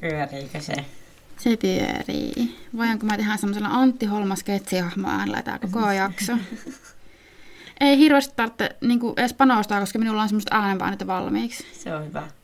Pyöriikö se? Se pyörii. Voinko mä tehdä semmoisella Antti Holma-sketsihahmo äänellä tää koko jakso? Ei hirveästi tarvitse niin edes panostaa, koska minulla on semmoista äänenpainetta valmiiksi. Se on hyvä.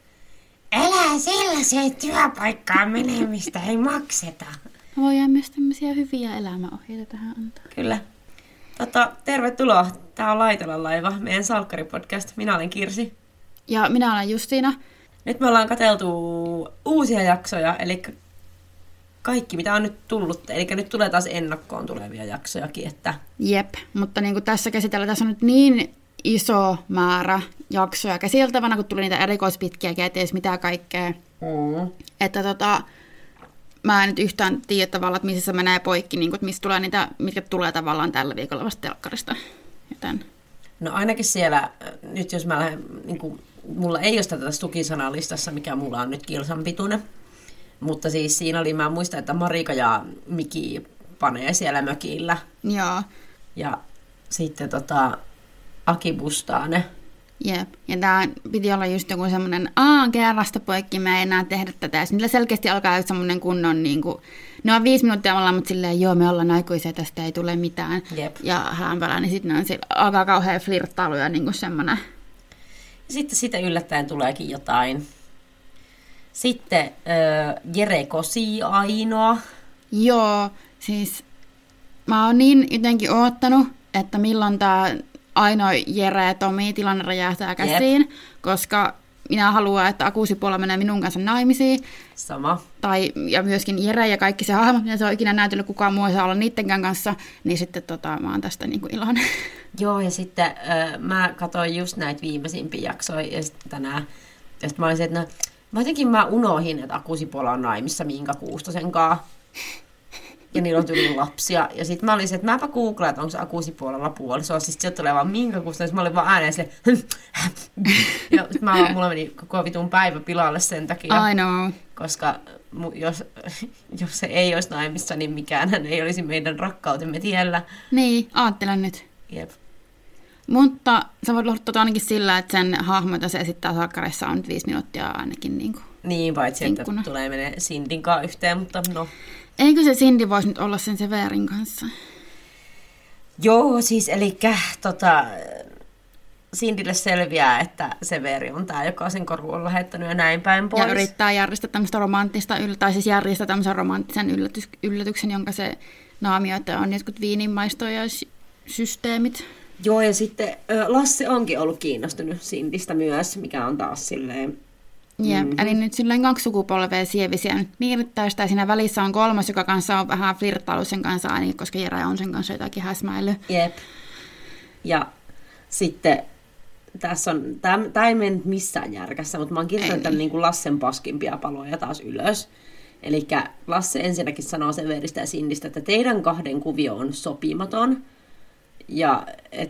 Älä sellaiseen työpaikkaan mene, mistä ei makseta. Voidaan myös tämmöisiä hyviä elämäohjeita tähän antaa. Kyllä. Tervetuloa. Tää on Laitelan laiva, meidän salkkaripodcast. Minä olen Kirsi. Ja minä olen Justiina. Nyt me ollaan katseltu uusia jaksoja, eli kaikki mitä on nyt tullut. Eli nyt tulee taas ennakkoon tulevia jaksojakin. Että... Jep, mutta niin kuin tässä käsitellään, tässä on nyt niin iso määrä jaksoja käsiteltävänä, kun tuli niitä erikoispitkiä ja edes mitä kaikkea. Että mä en nyt yhtään tiedä tavallaan, että missä se menee poikki, niin kuin, että missä tulee niitä, mitkä tulee tavallaan tällä viikolla vasta telkkarista. Joten... No ainakin siellä, nyt jos mä lähden, niin kuin, mulla ei ole tätä tukisanalistassa, mikä mulla on nyt kilsan pituinen. Mutta siis siinä oli, mä muistan, että Marika ja Miki panee siellä mökillä. Joo. Ja sitten Aki bustaa ne. Jep. Ja tää piti olla just joku semmonen, kerrasta poikki, me ei enää tehdä tätä. Ja niillä selkeästi alkaa just semmonen kunnon, niinku, ne on 5 minuuttia ollaan, mutta silleen, joo, me ollaan aikuisia, tästä ei tule mitään. Jep. Ja häänpälä, niin sitten on alkaa kauhean flirttailu ja niinku semmonen. Ja sitten siitä yllättäen tuleekin jotain. Sitten Jere kosii Ainoa. Joo, siis mä oon niin jotenkin oottanut, että milloin tää Ainoa Jere Tomi tilanne räjähtää käsiin, koska minä haluan, että Akusipuola menee minun kanssa naimisiin. Sama. Ja myöskin Jere ja kaikki se hahmot, mitä se on ikinä näytellyt, kukaan muu ei saa olla niittenkään kanssa, niin sitten mä oon tästä niinku iloinen. Joo, ja sitten mä katsoin just näitä viimeisimpiä jaksoja ja sitten tänään. Ja sitten mä olisin, että mä unohin, että Akusipuola on naimissa Minka Kuustosen kanssa. Ja niillä on tullut lapsia. Ja sitten mä olisin, että mäpä googlaan, että onko se Akusipuolella puoliso. Siis sieltä tulee vaan Minka Kuustosen. Mä olin vaan ääneen silleen. Ja mulla meni koko vitun päivä pilalle sen takia. I know. Koska jos se ei olisi naimissa, niin mikään ei olisi meidän rakkautemme tiellä. Niin, ajattelen nyt. Jep. Mutta sä voit lohtua ainakin sillä, että sen hahmo, jota se esittää salkkareissa, on nyt 5 minuuttia ainakin. Niin, paitsi että tulee menee Sindin kanssa yhteen, mutta no. Eikö se Cindy voisi nyt olla sen Severin kanssa? Joo, siis eli Cindylle selviää, että Severi on tämä, joka sen koruun on lähettänyt ja näin päin pois. Ja yrittää järjestää tämmöistä järjestää tämmöisen romanttisen yllätyksen, jonka se naamio, että on jotkut viininmaistojaissysteemit. Joo, ja sitten Lasse onkin ollut kiinnostunut Cindystä myös, mikä on taas silleen... Jep, eli nyt silleen 2 sukupolvea sievisiä nyt piirittää sitä. Siinä välissä on 3, joka kanssa on vähän flirttailu sen kanssa ainakin, koska Jere on sen kanssa jotakin häsmäily. Jep. Ja sitten tässä on, tämä ei mennyt missään järkässä, mutta mä oon kirjoittanut tämän niin kuin Lassen paskimpia paloja taas ylös. Eli Lasse ensinnäkin sanoo Severistä ja Cindystä, että teidän 2 kuvio on sopimaton. Ja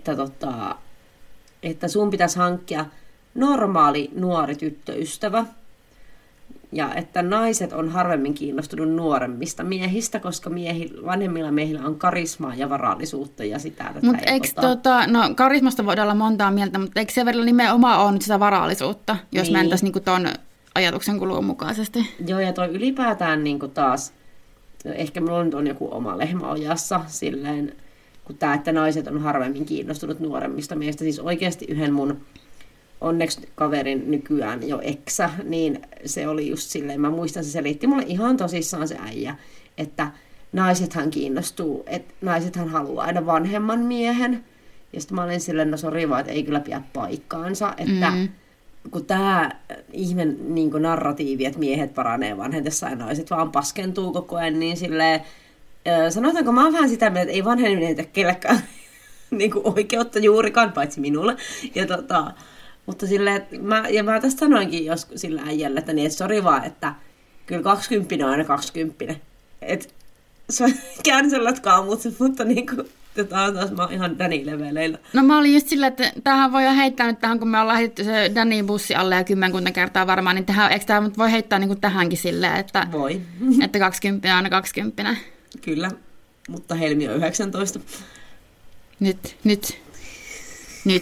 että sun pitäisi hankkia normaali nuori tyttöystävä. Ja että naiset on harvemmin kiinnostunut nuoremmista miehistä, koska vanhemmilla miehillä on karismaa ja varallisuutta ja sitä. Mutta eikö no karismasta voidaan olla montaa mieltä, mutta eikö Severillä nimenomaan ole nyt sitä varallisuutta, jos niin mentäisiin niinku ton ajatuksen kulun mukaisesti? Joo, ja toi ylipäätään niinku taas, ehkä mulla nyt on joku oma lehmä ojassa silleen, kun tämä, että naiset on harvemmin kiinnostunut nuoremmista miehistä. Siis oikeasti yhden mun onneksi kaverin nykyään jo eksä, niin se oli just silleen, mä muistan, se selitti mulle ihan tosissaan se äijä, että naisethan kiinnostuu, että naisethan haluaa aina vanhemman miehen. Ja sitten mä olin silleen, no sori vaan, että ei kyllä pidä paikkaansa, että kun tämä ihme niin narratiivi, että miehet paranee vanhentessa ja naiset vaan paskentuu koko ajan, niin silleen, sanotaanko mä oon vähän sitä mieltä, että ei vanheneminen tee kellekään niin oikeutta juurikaan, paitsi minulle. Ja mutta silleen, että mä tästä sanoinkin joskus sillä äijällä, että niin, sori vaan, että kyllä 20 on aina 20. Että se on käännsellätkaan, mutta niinku, taas mä oon ihan Dani-leveleillä. No mä olin just sillä, että tämähän voi jo heittää nyt tähän, kun me ollaan heitetty se Dani bussi alle ja 10 kertaa varmaan, niin eikö tämä voi heittää niinku tähänkin silleen, että, voi. Että 20 on aina 20. Kyllä, mutta Helmi on 19. Nyt.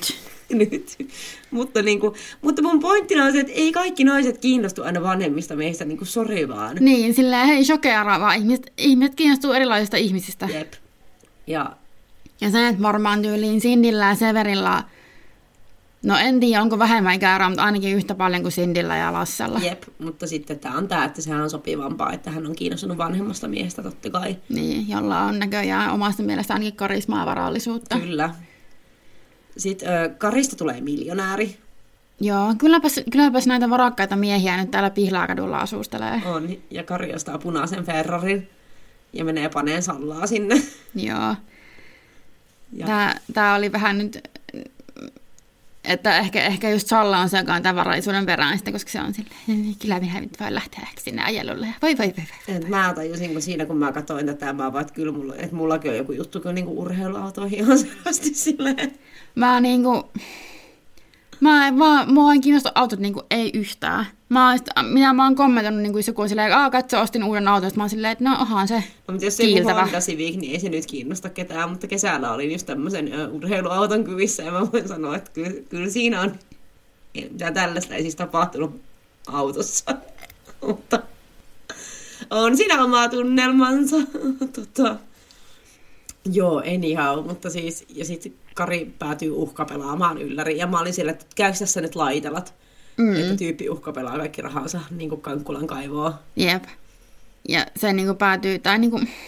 nyt. Mutta mun pointtina on se, että ei kaikki naiset kiinnostu aina vanhemmista miehistä, niin kuin sori vaan. Niin, sillä ei shokeara, vaan ihmiset kiinnostuu erilaisista ihmisistä. Jep. Ja se, että varmaan tyyliin Cindyllä ja Severilla, no en tiedä onko vähemmän ikäeroa, mutta ainakin yhtä paljon kuin Cindyllä ja Lassella. Jep, mutta sitten tämä on tämä, että sehän on sopivampaa, että hän on kiinnostunut vanhemmasta miehestä totta kai. Niin, jolla on näköjään omasta mielestä ainakin karismaa ja varallisuutta. Kyllä. Sitten Karista tulee miljonääri. Joo, kylläpäs näitä varakkaita miehiä nyt täällä Pihlaakadulla asustelee. On, ja Kari ostaa punaisen Ferrarin ja menee paneen Sallaa sinne. Joo. Tämä oli vähän nyt, että ehkä just Salla on se, joka on tämän varallisuuden perään, sitten, koska se on silleen, kyllä minä nyt voi lähteä sinne ajelulle. Voi. Mä tajusin, kun mä katsoin tätä, mä vaan, että kyllä mullakin on joku juttu, kun niinku urheiluautoihin on selvästi silleen. Mua ei kiinnosta autot ei yhtään. Mä oon kommentoinut, jos joku on silleen, katso, ostin uuden auton, mä oon silleen, että no onhan se no, mutta jos ei Honda Civic, niin ei se nyt kiinnosta ketään, mutta kesällä olin just tämmöisen urheiluauton kyvissä, ja mä voin sanoa, että kyllä siinä on, mitä tällaista ei siis tapahtunut autossa, mutta on siinä oma tunnelmansa. Joo, anyhow, mutta siis, ja sitten Kari päätyy uhkapelaamaan ylläri, ja mä olin siellä, että käy tässä nyt laitelat, että tyyppi uhkapelaa kaikki rahansa, niin kuin Kankkulan kaivoa. Jep. Ja se niin kuin päätyy, tai niin kuin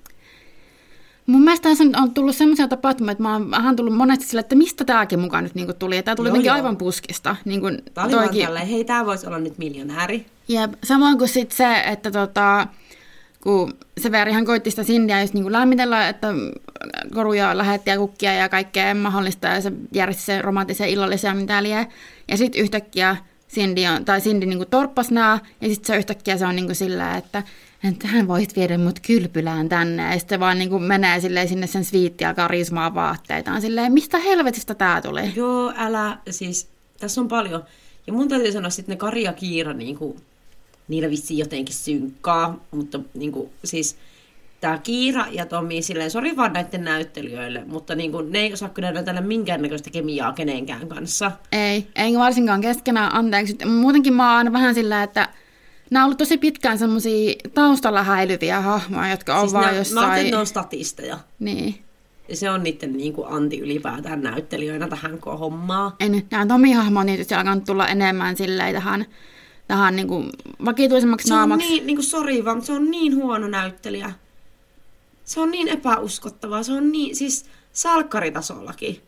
mun mielestä on tullut semmoisia tapahtumia, että mä oon vähän tullut monesti sille, että mistä tämäkin mukaan nyt niin kuin tuli, ja tää tuli jotenkin aivan puskista. Niin kuin tää oli vaan tälleen, hei, tää voisi olla nyt miljonääri. Jep, samoin kuin sitten se, että kun Severihan koitti sitä Cindyä just niin lämmitellä, että koruja lähetti ja kukkia ja kaikkea mahdollista, ja se järjesti sen romanttisen illallisen ja mitä liian. Ja sitten yhtäkkiä Cindy niin torppasi nää, ja sitten se yhtäkkiä se on niin sillä, että hän voit viedä mut kylpylään tänne, ja sitten vaan niin menee sinne sen sviitti ja karismaa vaatteitaan silleen, mistä helvetistä tää tuli? Joo, siis tässä on paljon. Ja mun täytyy sanoa sitten ne Kari ja Kiira niillä vissiin jotenkin synkkaa, mutta siis tää Kiira ja Tomi silleen, sori vaan näiden näyttelijöille, mutta ne ei osaa kyllä näytellä minkäännäköistä kemiaa kenenkään kanssa. Ei varsinkaan keskenään, anteeksi. Muutenkin mä oon aina vähän sillä, että nämä on ollut tosi pitkään semmosia taustalla häilyviä hahmoja, jotka on siis vaan jossain. Mä ajattelin, että ne on statisteja. Niin. Ja se on niiden anti ylipäätään näyttelijöinä tähän hommaa. Nämä Tomi-hahmo on tietysti alkanut tulla enemmän silleen tähän vakituisemmaksi naamaksi. Sori vaan, se on niin huono näyttelijä. Se on niin epäuskottavaa, se on niin, siis salkkaritasollakin.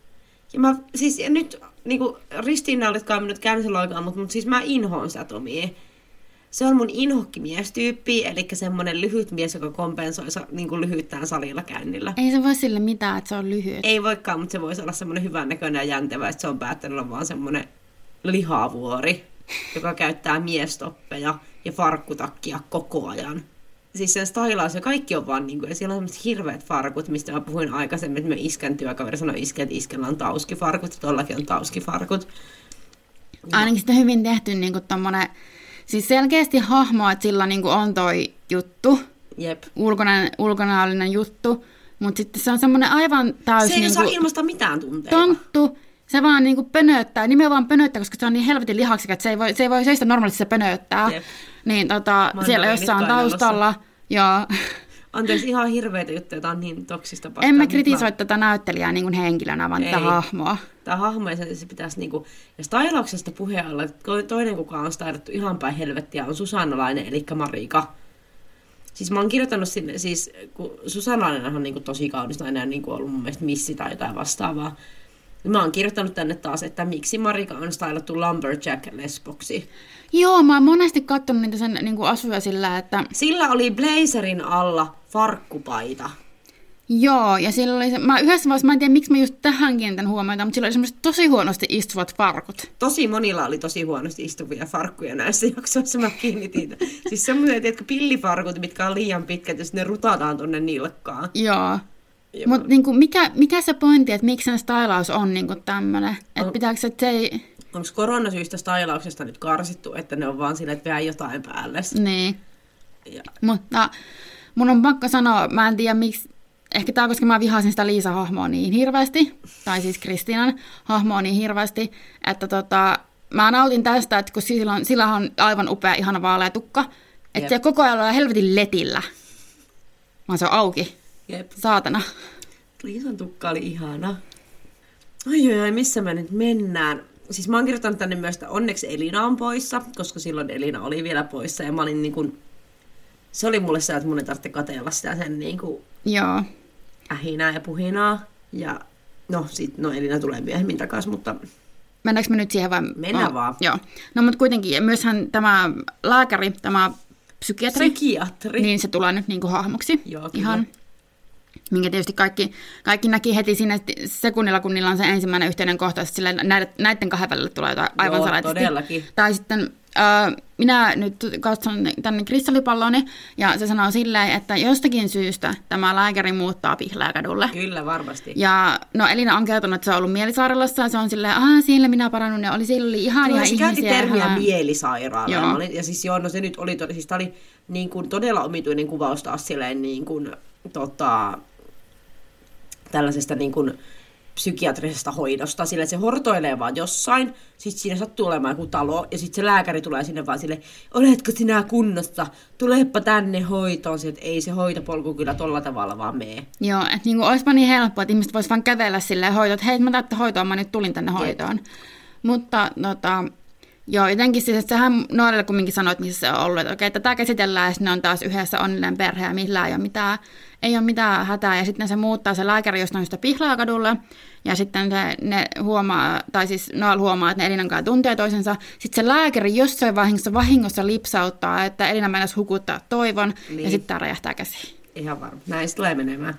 Ja nyt Ristiinna olitkaan minut känseloikaan, mutta siis mä inhoon sitä Tomia. Se on mun inhokkimiestyyppi, eli semmoinen lyhyt mies, joka kompensoi lyhyttään salilla käynnillä. Ei se voi sille mitään, että se on lyhyt. Ei voikaan, mutta se voisi olla semmoinen hyvän näköinen ja jäntevä, että se on päättänyt olla vaan semmoinen lihavuori, joka käyttää miestoppeja ja farkkutakkia koko ajan. Siis sen stylaus ja kaikki on vaan ja siellä on semmoiset hirveät farkut, mistä mä puhuin aikaisemmin, että me iskän työkaveri sanoi että iskellä on tauskifarkut, ja tollakin on tauskifarkut. Ainakin sitä hyvin tehty tommonen, siis selkeästi hahmo, että sillä on toi juttu, jep. Ulkonäöllinen juttu, mutta sitten se on semmoinen aivan täysin. Se ei saa ilmaista mitään tunteita. Tonttu. Se vaan pönöttää, nimenomaan pönöttää, koska se on niin helvetin lihaksikas, että se ei voi seistä normaalisti, se pönöttää. Jep. Niin siellä jossain taustalla. Ja anteeksi, ihan hirveitä juttuja, tämä on niin toksista paskaa. En mä kritisoi tätä näyttelijää henkilönä, vaan tätä hahmoa. Tämä hahmo, ja se pitäisi ja stylauksesta puheen alla, toinen kuka on stylattu ihan päin helvettiä, on Susannalainen, eli Marika. Siis mä oon kirjoittanut sinne, siis kun Susannalainen on tosi kaunis nainen, ja ollut mun mielestä missi tai jotain vastaavaa. Mä oon kirjoittanut tänne taas, että miksi Marika on stylattu lumberjack-lesboksi. Joo, mä oon monesti katsonut niitä sen asuja sillä, että sillä oli blazerin alla farkkupaita. Joo, ja sillä oli yhdessä vaiheessa, mä en tiedä, miksi mä just tähän kiinnitän huomiota, mutta sillä oli semmoiset tosi huonosti istuvat farkut. Tosi monilla oli tosi huonosti istuvia farkkuja näissä jaksoissa, mä kiinnitin. Siis semmoisia, tiedätkö, pillifarkut, mitkä on liian pitkät, jos ne rutataan tonne nilkkaan. Joo. Mutta mikä se pointti, että miksi sen stylaus on tämmöinen? Että pitääkö se, ei onko koronasyistä stylauksesta nyt karsittu, että ne on vaan sille, että vielä jotain päälle? Niin. Ja. Mutta mun on pakko sanoa, mä en tiedä miksi, ehkä tämä, koska mä vihasin sitä Liisa-hahmoa niin hirveästi, tai siis Kristiinan hahmoa niin hirveästi, että mä nautin tästä, että kun sillä on aivan upea, ihana vaalea tukka, että se koko ajan on helvetin letillä. Vaan se on auki. Jep. Saatana. Liisan tukka oli ihana. Ai, missä me nyt mennään? Siis mä oon kirjoittanut tänne myös, että onneksi Elina on poissa, koska silloin Elina oli vielä poissa. Ja mä olin niin kuin, se oli mulle se, että mun ei tarvitse katsella sitä sen niin kuin ähinää ja puhinaa. Ja no Elina tulee myöhemmin takaisin, mutta... Mennäänkö me nyt siihen vai? Mennään vaan. Joo. No mutta kuitenkin, myöshän tämä lääkäri, tämä psykiatri, niin se tulee nyt niin kuin hahmoksi. Joo, ihan. Minkä tietysti kaikki näki heti siinä sekunnilla, kun niillä on se ensimmäinen yhteinen kohtaus, sillä näiden kahden välillä tulee jotain aivan salaisesti. Todellakin. Tai sitten minä nyt katson tänne kristallipalloni, ja se sanoo silleen, että jostakin syystä tämä lääkäri muuttaa Pihlajakadulle. Kyllä, varmasti. Ja no Elina on kertonut, että se on ollut Mielisairaalassa, ja se on silleen, siellä minä parannut, ja siellä oli ihania ihmisiä. Se käytti termiä mielisairaala. Ja siis no se nyt oli, siis tämä oli niin kuin todella omituinen kuvaus taas silleen niin kuin, tällaisesta niin kuin psykiatrisesta hoidosta, sillä se hortoilee vaan jossain, sitten siinä sattuu olemaan joku talo, ja sitten se lääkäri tulee sinne vaan silleen, oletko sinä kunnossa, tuleepa tänne hoitoon, että ei se hoitopolku kyllä tolla tavalla vaan mene. Joo, että niin olisipa niin helppoa, että ihmiset vois vaan kävellä silleen hoitoon, että hei, mä tarvitsen hoitoa, mä nyt tulin tänne hoitoon. Mutta joo, jotenkin siis, että sähän nuorille kumminkin sanoit, missä se on ollut, että okei, tätä käsitellään, ja sitten ne on taas yhdessä onnellinen perhe, ja millään ei ole mitään hätää, ja sitten se muuttaa se lääkäri jostain sitä Pihlajakadulle, ja sitten ne huomaa, tai siis Noel huomaa, että ne Elinan kanssa tuntee toisensa. Sitten se lääkäri jossain vahingossa lipsauttaa, että Elina mennäisi hukuttaa Toivon, niin. Ja sitten tämä räjähtää käsiin. Ihan varma. Näin se tulee menemään.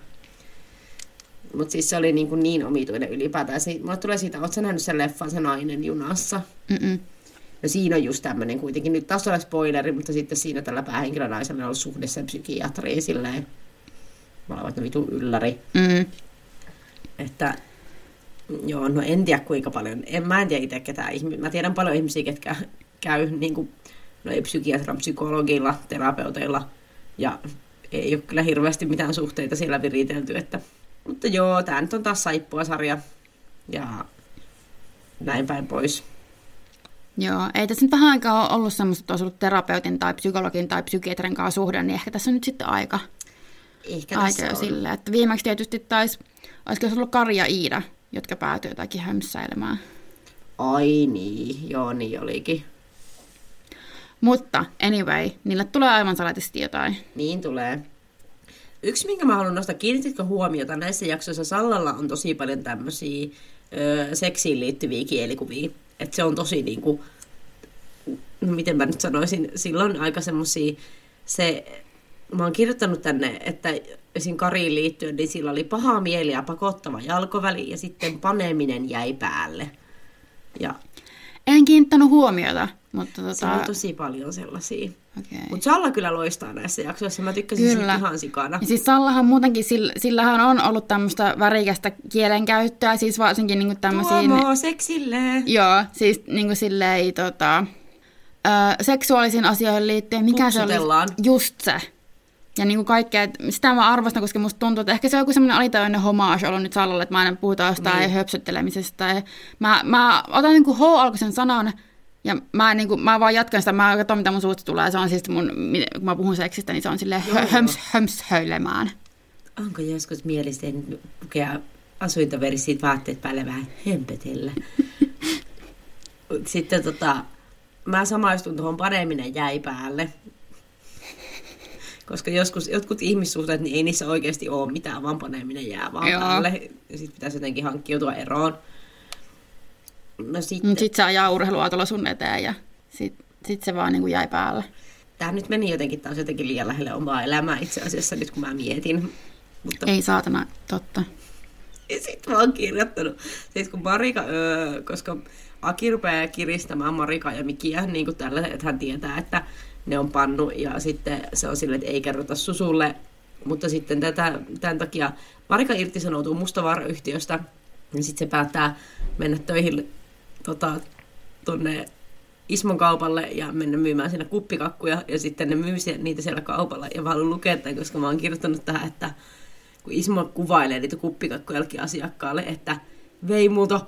Mutta siis se oli niin omituinen ylipäätään. Mulle tulee siitä, ootko sä nähnyt sen leffan, se nainen junassa? Mm-mm. No siinä on just tämmöinen kuitenkin, nyt taas on spoileri, mutta sitten siinä tällä päähenkilönaisella on ollut suhde sen psykiatriin silleen. Olevat ne vitun ylläri. Mm. Että joo, no en tiedä kuinka paljon. Mä en tiedä itse ketään ihmisiä. Mä tiedän paljon ihmisiä, ketkä käy niin kuin, psykiatran, psykologilla, terapeuteilla. Ja ei ole kyllä hirveästi mitään suhteita siellä viritelty. Mutta joo, tää nyt on taas saippua-sarja. Ja näin päin pois. Joo, ei tässä nyt vähän aikaa ole ollut semmoista, että olisi ollut terapeutin tai psykologin tai psykiatrin kanssa suhde, niin ehkä tässä on nyt sitten aika. Ehkä tässä on. Silleen, että viimeksi tietysti olisiko se ollut Kari ja Iida, jotka päätyivät jotakin hömsäilemään. Ai niin, joo niin olikin. Mutta anyway, niille tulee aivan salatisti jotain. Niin tulee. Yksi, minkä mä haluan nostaa, kiinnititkö huomiota, näissä jaksoissa Sallalla on tosi paljon tämmöisiä seksiin liittyviä kielikuvia. Että se on tosi niinku, no miten mä nyt sanoisin, silloin aika semmosia, mä oon kirjoittanut tänne, että esim. Kariin liittyen, niin sillä oli paha mieli ja pakottava jalkoväli, ja sitten paneminen jäi päälle. Ja en kiinnittänyt huomiota, mutta se on tosi paljon sellaisia. Okay. Mutta Salla kyllä loistaa näissä jaksoissa, mä tykkäsin siitä ihan sikana. Ja siis Sallahan muutenkin, sillähän on ollut tämmöistä värikästä kielenkäyttöä, siis varsinkin niinku tämmöisiin... Tuomo seksille! Joo, siis niinku silleen seksuaalisiin asioihin liittyen, mikä se oli? Just se. Ja niinku kaikkea, sitä mä arvostan, koska musta tuntuu, että ehkä se on joku semmoinen alitajuinen homage ollut nyt Sallalle, että mä aina puhutaan jostain höpsyttelemisestä. Ja mä otan niinku H-alkuisen sanan, ja mä vaan jatkan sitä, mä katson mitä mun suusta tulee, se on siis kun mä puhun seksistä, niin se on silleen hömshöilemään. Onko joskus mielisten pukea asuintoverisiin vaatteet päälle vähän hömpötellä? Sitten mä samaistun tuohon paneminen jäi päälle. Koska joskus jotkut ihmissuhteet, niin ei niissä oikeasti ole mitään, vaan paneminen jää vaan päälle. Ja sitten pitäisi jotenkin hankkiutua eroon. No sitten se ajaa urheiluautolla sun eteen ja sit se vaan niin kuin jäi päälle. Tämä nyt meni jotenkin liian lähelle omaa elämää itse asiassa nyt kun mä mietin. Mutta ei saatana, totta. Ja sitten mä oon kirjoittanut, siis kun Marika, koska Aki rupeaa kiristämään Marika ja Mikiä niin kuin tällä, että hän tietää, että ne on pannu ja sitten se on silleen, että ei kerrota Susulle. Mutta sitten tämän takia Marika irtisanoutuu Mustavaara-yhtiöstä ja sitten se päättää mennä töihin tuonne Ismon kaupalle ja mennä myymään siinä kuppikakkuja ja sitten ne myy niitä siellä kaupalla ja mä haluan lukea tämän, koska mä oon kirjoittanut tähän, että kun Ismo kuvailee niitä kuppikakkuja jollekin asiakkaalle, että vei multa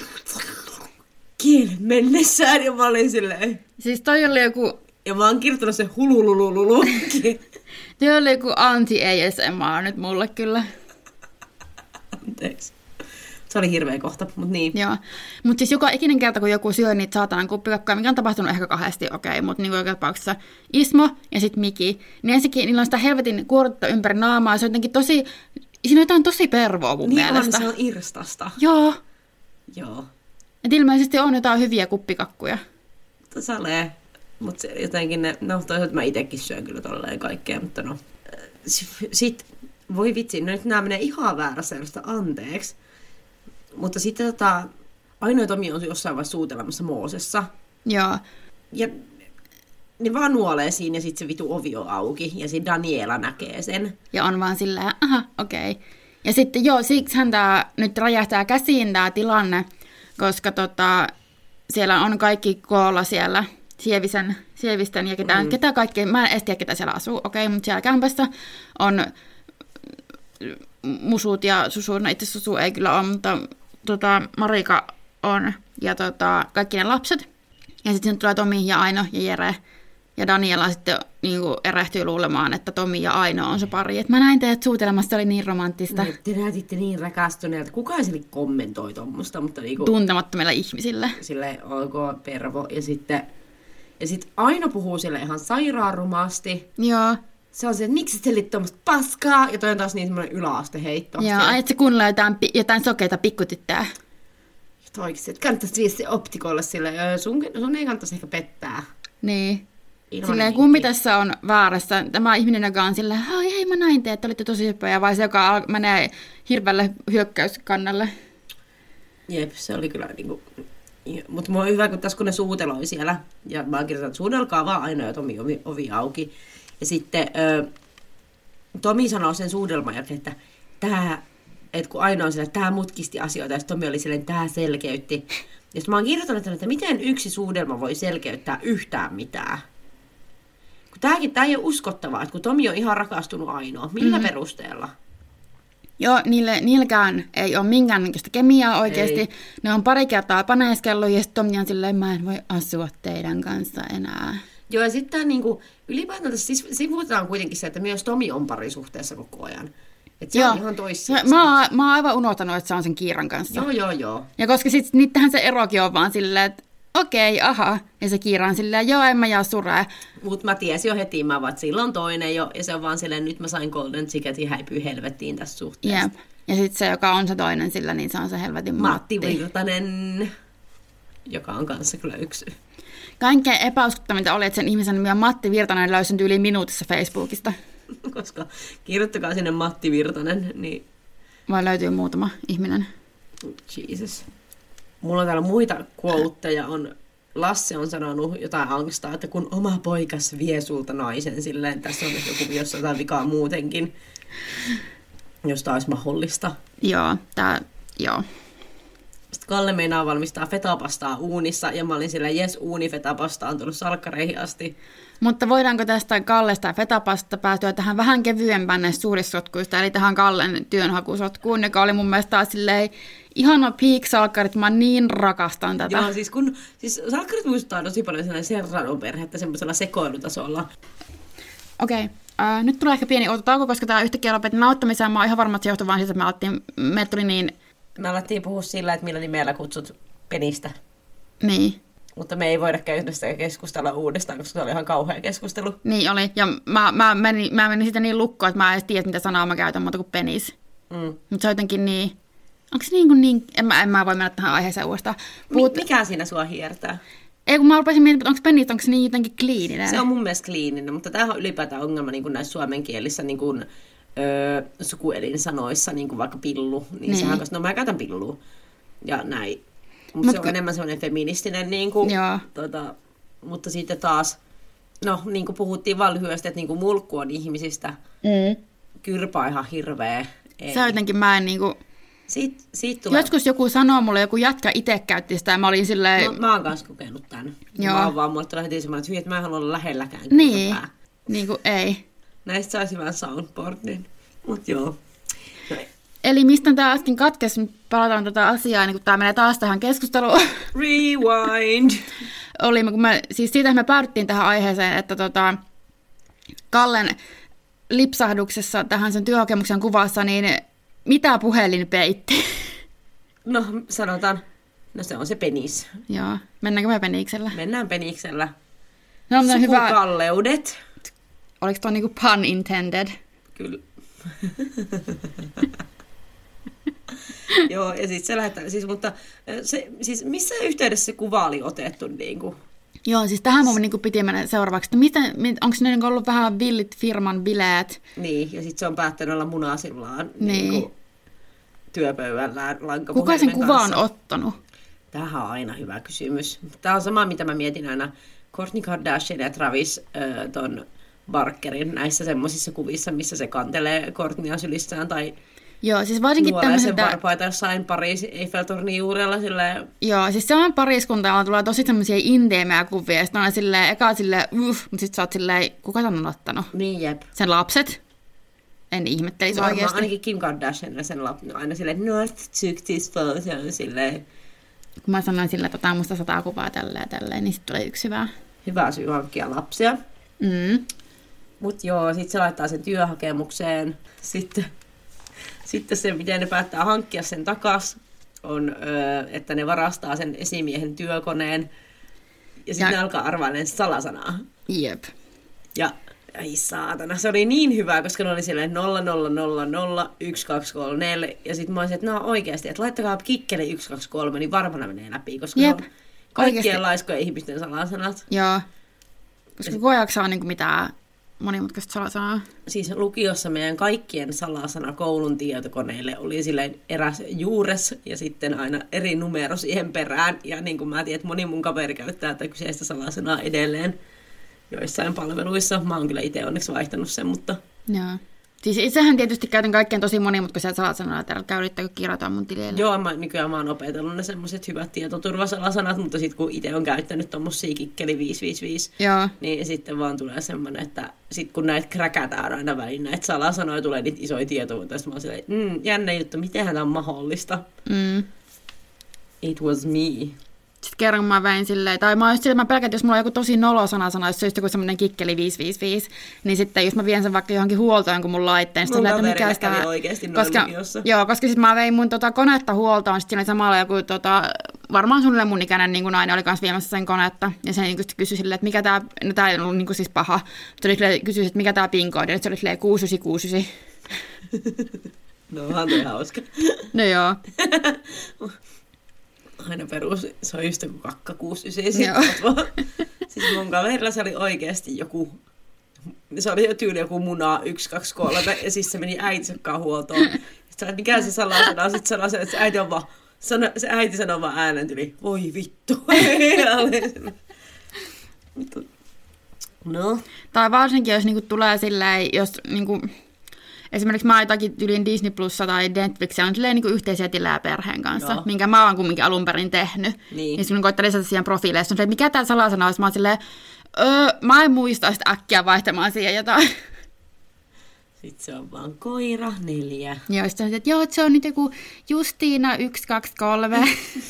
kielen mennessään, ja mä olin silleen... Siis toi oli joku... Ja mä oon kirjoittanut sen hulululululu. Toi oli joku anti-ASMR nyt mulle kyllä. Anteeksi. Se oli hirveä kohta, mutta niin. Joo, mutta siis joka ikinen kerta, kun joku syö niitä saatanan kuppikakkuja, mikä on tapahtunut ehkä kahdesti, okei, mutta niin joka tapauksessa Ismo ja sitten Miki, niin ensinnäkin niillä on sitä helvetin kuorutta ympäri naamaa, se on jotenkin tosi, siinä on jotain tosi pervoa mun mielestä. Niin on, se on irstasta. Joo. Joo. Et ilmeisesti on jotain hyviä kuppikakkuja. Salee, mutta se jotenkin ne, no toisaalta mä itekin syön kyllä tolleen kaikkea, mutta no. Sit, voi vitsi, no nyt nämä menee ihan väärässä erosta, anteeksi. Mutta sitten Aino Tomi on jossain vaiheessa suutelemassa Moosessa. Joo. Ja ne vaan nuolee siinä ja sitten se vitu ovi on auki ja sitten Daniela näkee sen. Ja on vaan silleen, aha, okei. Ja sitten joo, siksihän tää nyt räjähtää käsiin tää tilanne, koska siellä on kaikki koolla siellä Sievisten ja ketä kaikki, mä en edes tiedä ketä siellä asuu, okei, mutta siellä kämpässä on Musut ja Susu, no itse Susu ei kyllä ole, mutta Marika on ja kaikki ne lapset. Ja sitten sinne tulee Tomi ja Aino ja Jere. Ja Daniela sitten niinku erehtyy luulemaan, että Tomi ja Aino on se pari. Et mä näin teidät suutelemassa, se oli niin romanttista. No, te näytitte niin rakastuneelta. Kukaan sille kommentoi tuommoista, mutta niinku... Tuntemattomille ihmisille. Silleen, ok, pervo. Ja sitten Aino puhuu sille ihan sairaan rumasti. Joo. Se on se, että miksi sä sellit tuommoista paskaa? Ja toi on taas niin semmoinen yläasteheitto. Joo, ajat sä kuunnella jotain sokeita pikkutyttää. Ja oikeasti, että kannattaisi viedä se optikolle silleen, sun ei kannattaisi ehkä pettää. Niin. Silleen, kumpi tässä on väärässä? Tämä ihminen, joka on silleen, hei mä näin te, että olitte tosi hyppöjä, vai se, joka menee hirveälle hyökkäyskannalle? Jep, se oli kyllä niinku... Mutta mua on hyvä, kun tässä kun ne suuteloi siellä, ja mä oon kirjoittanut, että suudelkaa vaan Aino ja Tomi ovi auki. Ja sitten Tomi sanoo sen suudelman jälkeen, että kun Aino on silleen, että tämä mutkisti asioita, ja Tomi oli silleen, että tämä selkeytti. Ja sitten mä oon kirjoittanut, että miten yksi suudelma voi selkeyttää yhtään mitään. Tämä ei ole uskottavaa, että kun Tomi on ihan rakastunut Ainoa, millä perusteella? Joo, niilläkään ei ole minkäännäköistä kemiaa oikeasti. Ei. Ne on pari kertaa paneeskellut ja sitten Tomi on silleen, mä en voi asua teidän kanssa enää. Joo, ja sitten niinku, ylipäätään sivuutetaan kuitenkin se, että myös Tomi on parisuhteessa koko ajan. Että se on ihan toissijaista. Mä oon aivan unohtanut, että se on sen Kiiran kanssa. Joo. Ja koska sitten niittähän se erokin on vaan silleen, että okei, aha. Ja se Kiira on silleen, joo, en mä jää suree. Mut mä tiesin jo heti, että silloin toinen jo. Ja se on vaan silleen, nyt mä sain golden ticketin, häipyy helvettiin tässä suhteessa. Jep. Ja sitten se, joka on se toinen sillä, niin se on se helvetin Matti Virtanen, joka on kanssa kyllä yksi. Kaikkein epäuskottavinta oli, että sen ihmisen nimi on Matti Virtanen löysin yli minuutissa Facebookista. Koska kirjoittakaa sinne Matti Virtanen, niin... Vai löytyy muutama ihminen? Jesus. Mulla on täällä muita quoteja. Lasse on sanonut jotain angstaa, että kun oma poikas vie sulta naisen, silleen tässä on joku, jos jotain vikaa muutenkin, jos tämä olisi mahdollista. Joo. Sitten Kalle meinaa valmistaa fetapastaa uunissa, ja mä olin silleen, jes, uunifetapasta on tullut salkkareihin asti. Mutta voidaanko tästä Kallesta ja fetapasta päätyä tähän vähän kevyempään näistä suurissotkuista, eli tähän Kallen työnhakusotkuun, joka oli mun mielestä taas silleen ihana peak-salkkarit, mä niin rakastan tätä. Joo, siis salkkarit muistuttaa tosi paljon sellainen Serrano-perhettä semmoisella sekoilutasolla. Okei. Nyt tulee ehkä pieni autotauko, koska tämä yhtäkkiä lopetti nauttamiseen. Mä oon ihan varma, että se johtui vaan siitä, että meille tuli niin... Me alettiin puhua sillä, että millä nimellä kutsut Penistä. Niin. Mutta me ei voida käydä sitä keskustella uudestaan, koska se oli ihan kauhea keskustelu. Niin oli. Ja mä menin sitä niin lukkoon, että mä en edes tiedä, mitä sanaa mä käytän muuta kuin penis. Mutta se on jotenkin niin... Onko se niin... En mä voi mennä tähän aiheeseen uudestaan. Mikä siinä sua hiertää? Ei, kun mä rupesin miettimään, että onko penis, onko se niin jotenkin kliininen? Se on mun mielestä kliininen, mutta tämähän on ylipäätään ongelma niin kuin näissä suomenkielissä niin kuin, sukuelinsanoissa, niin kuin vaikka pillu. Niin. Sehän, koska mä käytän pillua ja näin. Mutta se on enemmän semmoinen feministinen, niin kuin, mutta sitten taas, no niin kuin puhuttiin vaan lyhyesti, että niin kuin mulkku on ihmisistä. Kyrpä on ihan hirveä. Ei. Se jotenkin mä en niin kuin... Siitä tulee... Joskus joku sanoo mulle, joku jätkä itse käytti sitä ja mä olin silleen... No, mä oon kanssa kokenut tämän. Joo. Mä oon vaan mulle tulee heti semmoinen, että mä en halua olla lähelläkään. Niin, niin kuin ei. Näistä saisi vähän soundboardin. Mut joo. Eli mistä tämä äsken katkesi, nyt palataan tätä asiaa, niin kun tämä menee taas tähän keskusteluun. Rewind! Siis siitä me päädyttiin tähän aiheeseen, että Kallen lipsahduksessa tähän sen työhakemuksen kuvassa, niin mitä puhelin peitti? No, sanotaan, se on se penis. Joo, mennäänkö me peniksellä? Mennään peniksellä. No, Sukukalleudet. Oliko tuo niinku pun intended? Kyllä. Joo, ja sitten se lähettää, mutta missä yhteydessä se kuva oli otettu niinku? Joo, siis tähän mun niinku piti mennä seuraavaksi, että onko ne niinku ollut vähän villit firman bileet? Niin, ja sitten se on päättänyt olla munasillaan niinku työpöydällään lankapuhelimen Kuka sen kuva kanssa. on ottanut? Tämähän on aina hyvä kysymys. Tämä on sama, mitä mä mietin aina Kourtney Kardashian ja Travis ton Barkerin näissä semmoisissa kuvissa, missä se kantelee Kourtneya sylissään tai joo, siis varsinkin tämmöiseltä varpaita jossain Pariisin Eiffeltornin juurella silleen. Joo, siis se on pariskunta, jolla tulee tosi semmoisia intiimejä kuvia, ja sitten on silleen, eka silleen, mutta sitten sä oot silleen, kuka tän on ottanut? Niin, jep. Sen lapset? En ihmettelisi oikeasti. Ainakin Kim Kardashian sen lapset aina silleen, North took this photo, silleen. Kun mä sanoin silleen, että musta 100 kuvaa tälleen, niin sitten tulee yksi hyvä. Hyvä syy hankkia lapsia. Mut joo, sit se laittaa sen työhakemukseen. Sitten se, miten ne päättää hankkia sen takas, on, että ne varastaa sen esimiehen työkoneen. Ja sitten ne alkaa arvailemaan salasanaa. Jep. Ja ai saatana, se oli niin hyvä, koska ne oli silleen 0000123. Ja sitten mä olisin, että no oikeasti, että laittakaa kikkeli 123, niin varmana menee läpi, koska ne on kaikkien laiskojen ihmisten salasanat. Joo, koska koko ajan saa niinku mitään monimutkaista salasanaa. Siis lukiossa meidän kaikkien salasana koulun tietokoneille oli silleen eräs juures ja sitten aina eri numero siihen perään. Ja niin kuin mä tiedän, että moni mun kaveri käyttää tätä kyseistä salasanaa edelleen joissain palveluissa. Mä oon kyllä itse onneksi vaihtanut sen, mutta... Joo. Siis itsehän tietysti käytän kaikkien tosi monimutkaisia salasanoja, että älkää yrittäkö kirjoittaa mun tilille. Joo, nykyään mä oon opetellut ne semmoiset hyvät tietoturvasalasanat, mutta sitten kun itse on käyttänyt tommosia kikkeli 555, joo, niin sitten vaan tulee semmoinen, että sit kun näitä kräkätään aina väliin, näitä salasanoja tulee niitä isoja tietoja, ja sitten mä oon silleen, jännä juttu, mitenhän tämä on mahdollista? It was me. Sitten kerran mä vein silleen, tai mä pelkään, että jos mulla on joku tosi nolosanasana, jos se olisi joku semmoinen kikkeli 555, niin sitten jos mä vien sen vaikka johonkin huoltoon kuin mun laitteen, mun kaverille kävi oikeasti noin lukiossa. Joo, koska sitten mä vein mun konetta huoltoon, sitten siinä oli samalla joku varmaan suunnilleen mun ikäinen niin nainen oli kanssa viemässä sen konetta, ja se niin kysyi silleen, että mikä tää, no tää ei ollut niin siis paha, mutta se kysyi, että mikä tää PIN-koodi, että se oli silleen 6969. No onhan toi hauska. No joo. Aina perus, se on just joku 269. Siis mun kaverilla se oli oikeasti joku, se oli jo tyyli joku muna 123, ja siis se meni äitinsä huoltoon. Sitten sanoin, että mikä se salasana, sitten sanoi se, että se äiti sanoi vaan äänen tyyli, voi vittu. No. Tai varsinkin, jos niinku tulee silleen, jos niinku... Esimerkiksi mä oon jotakin yli Disney Plussa tai Netflixiä on niinku yhteisiä tilejä perheen kanssa, joo, minkä mä oon kumminkin alun perin tehnyt. Niin sitten koittaa lisätä siihen profiileille, että mikä tää salasana olisi, mä oon silleen, mä en muista sitä äkkiä vaihtamaan siihen jotain. Sitten se on vaan koira 4. Joo, sitten on että joo, se on nyt joku Justiina 123.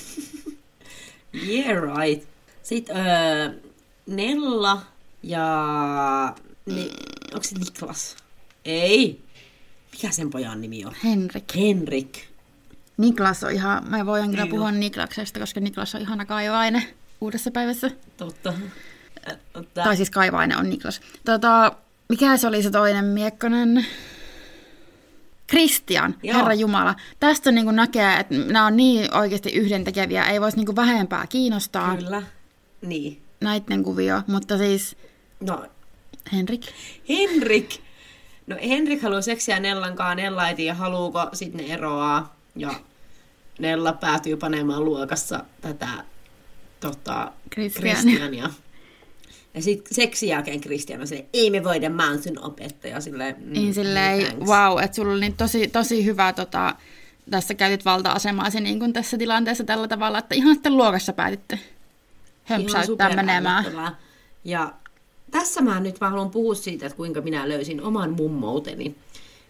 Yeah, right. Sitten Nella ja... onko se Niklas? Ei. Mikä sen pojan nimi on? Henrik. Niklas on ihan, mä voin kyllä puhua Niklaksesta, koska Niklas on ihana Kaivainen Uudessa päivässä. Totta. Tai siis Kaivainen on Niklas. Mikä se oli se toinen miekkonen? Kristian, Herra Jumala. Tästä niin näkee, että nämä on niin oikeasti yhdentekeviä, ei voisi niin vähempää kiinnostaa. Kyllä, niin. Näitten kuvio, mutta siis... No. Henrik. No Henrik haluaa seksiä Nellankaan, Nella ei tiedä haluuko, sitten ne eroaa. Ja Nella päätyy panemaan luokassa tätä Kristiania. Ja sitten seksin jälkeen Kristiana se, ei me voida, mä oon sun opettaja. Silleen, wow, että sulla oli niin tosi hyvä, tässä käytit valta-asemasi niin kuin tässä tilanteessa tällä tavalla, että ihan sitten luokassa päätitte hömpsäyttää menemään. Ja tässä mä haluan puhua siitä, että kuinka minä löysin oman mummouteni.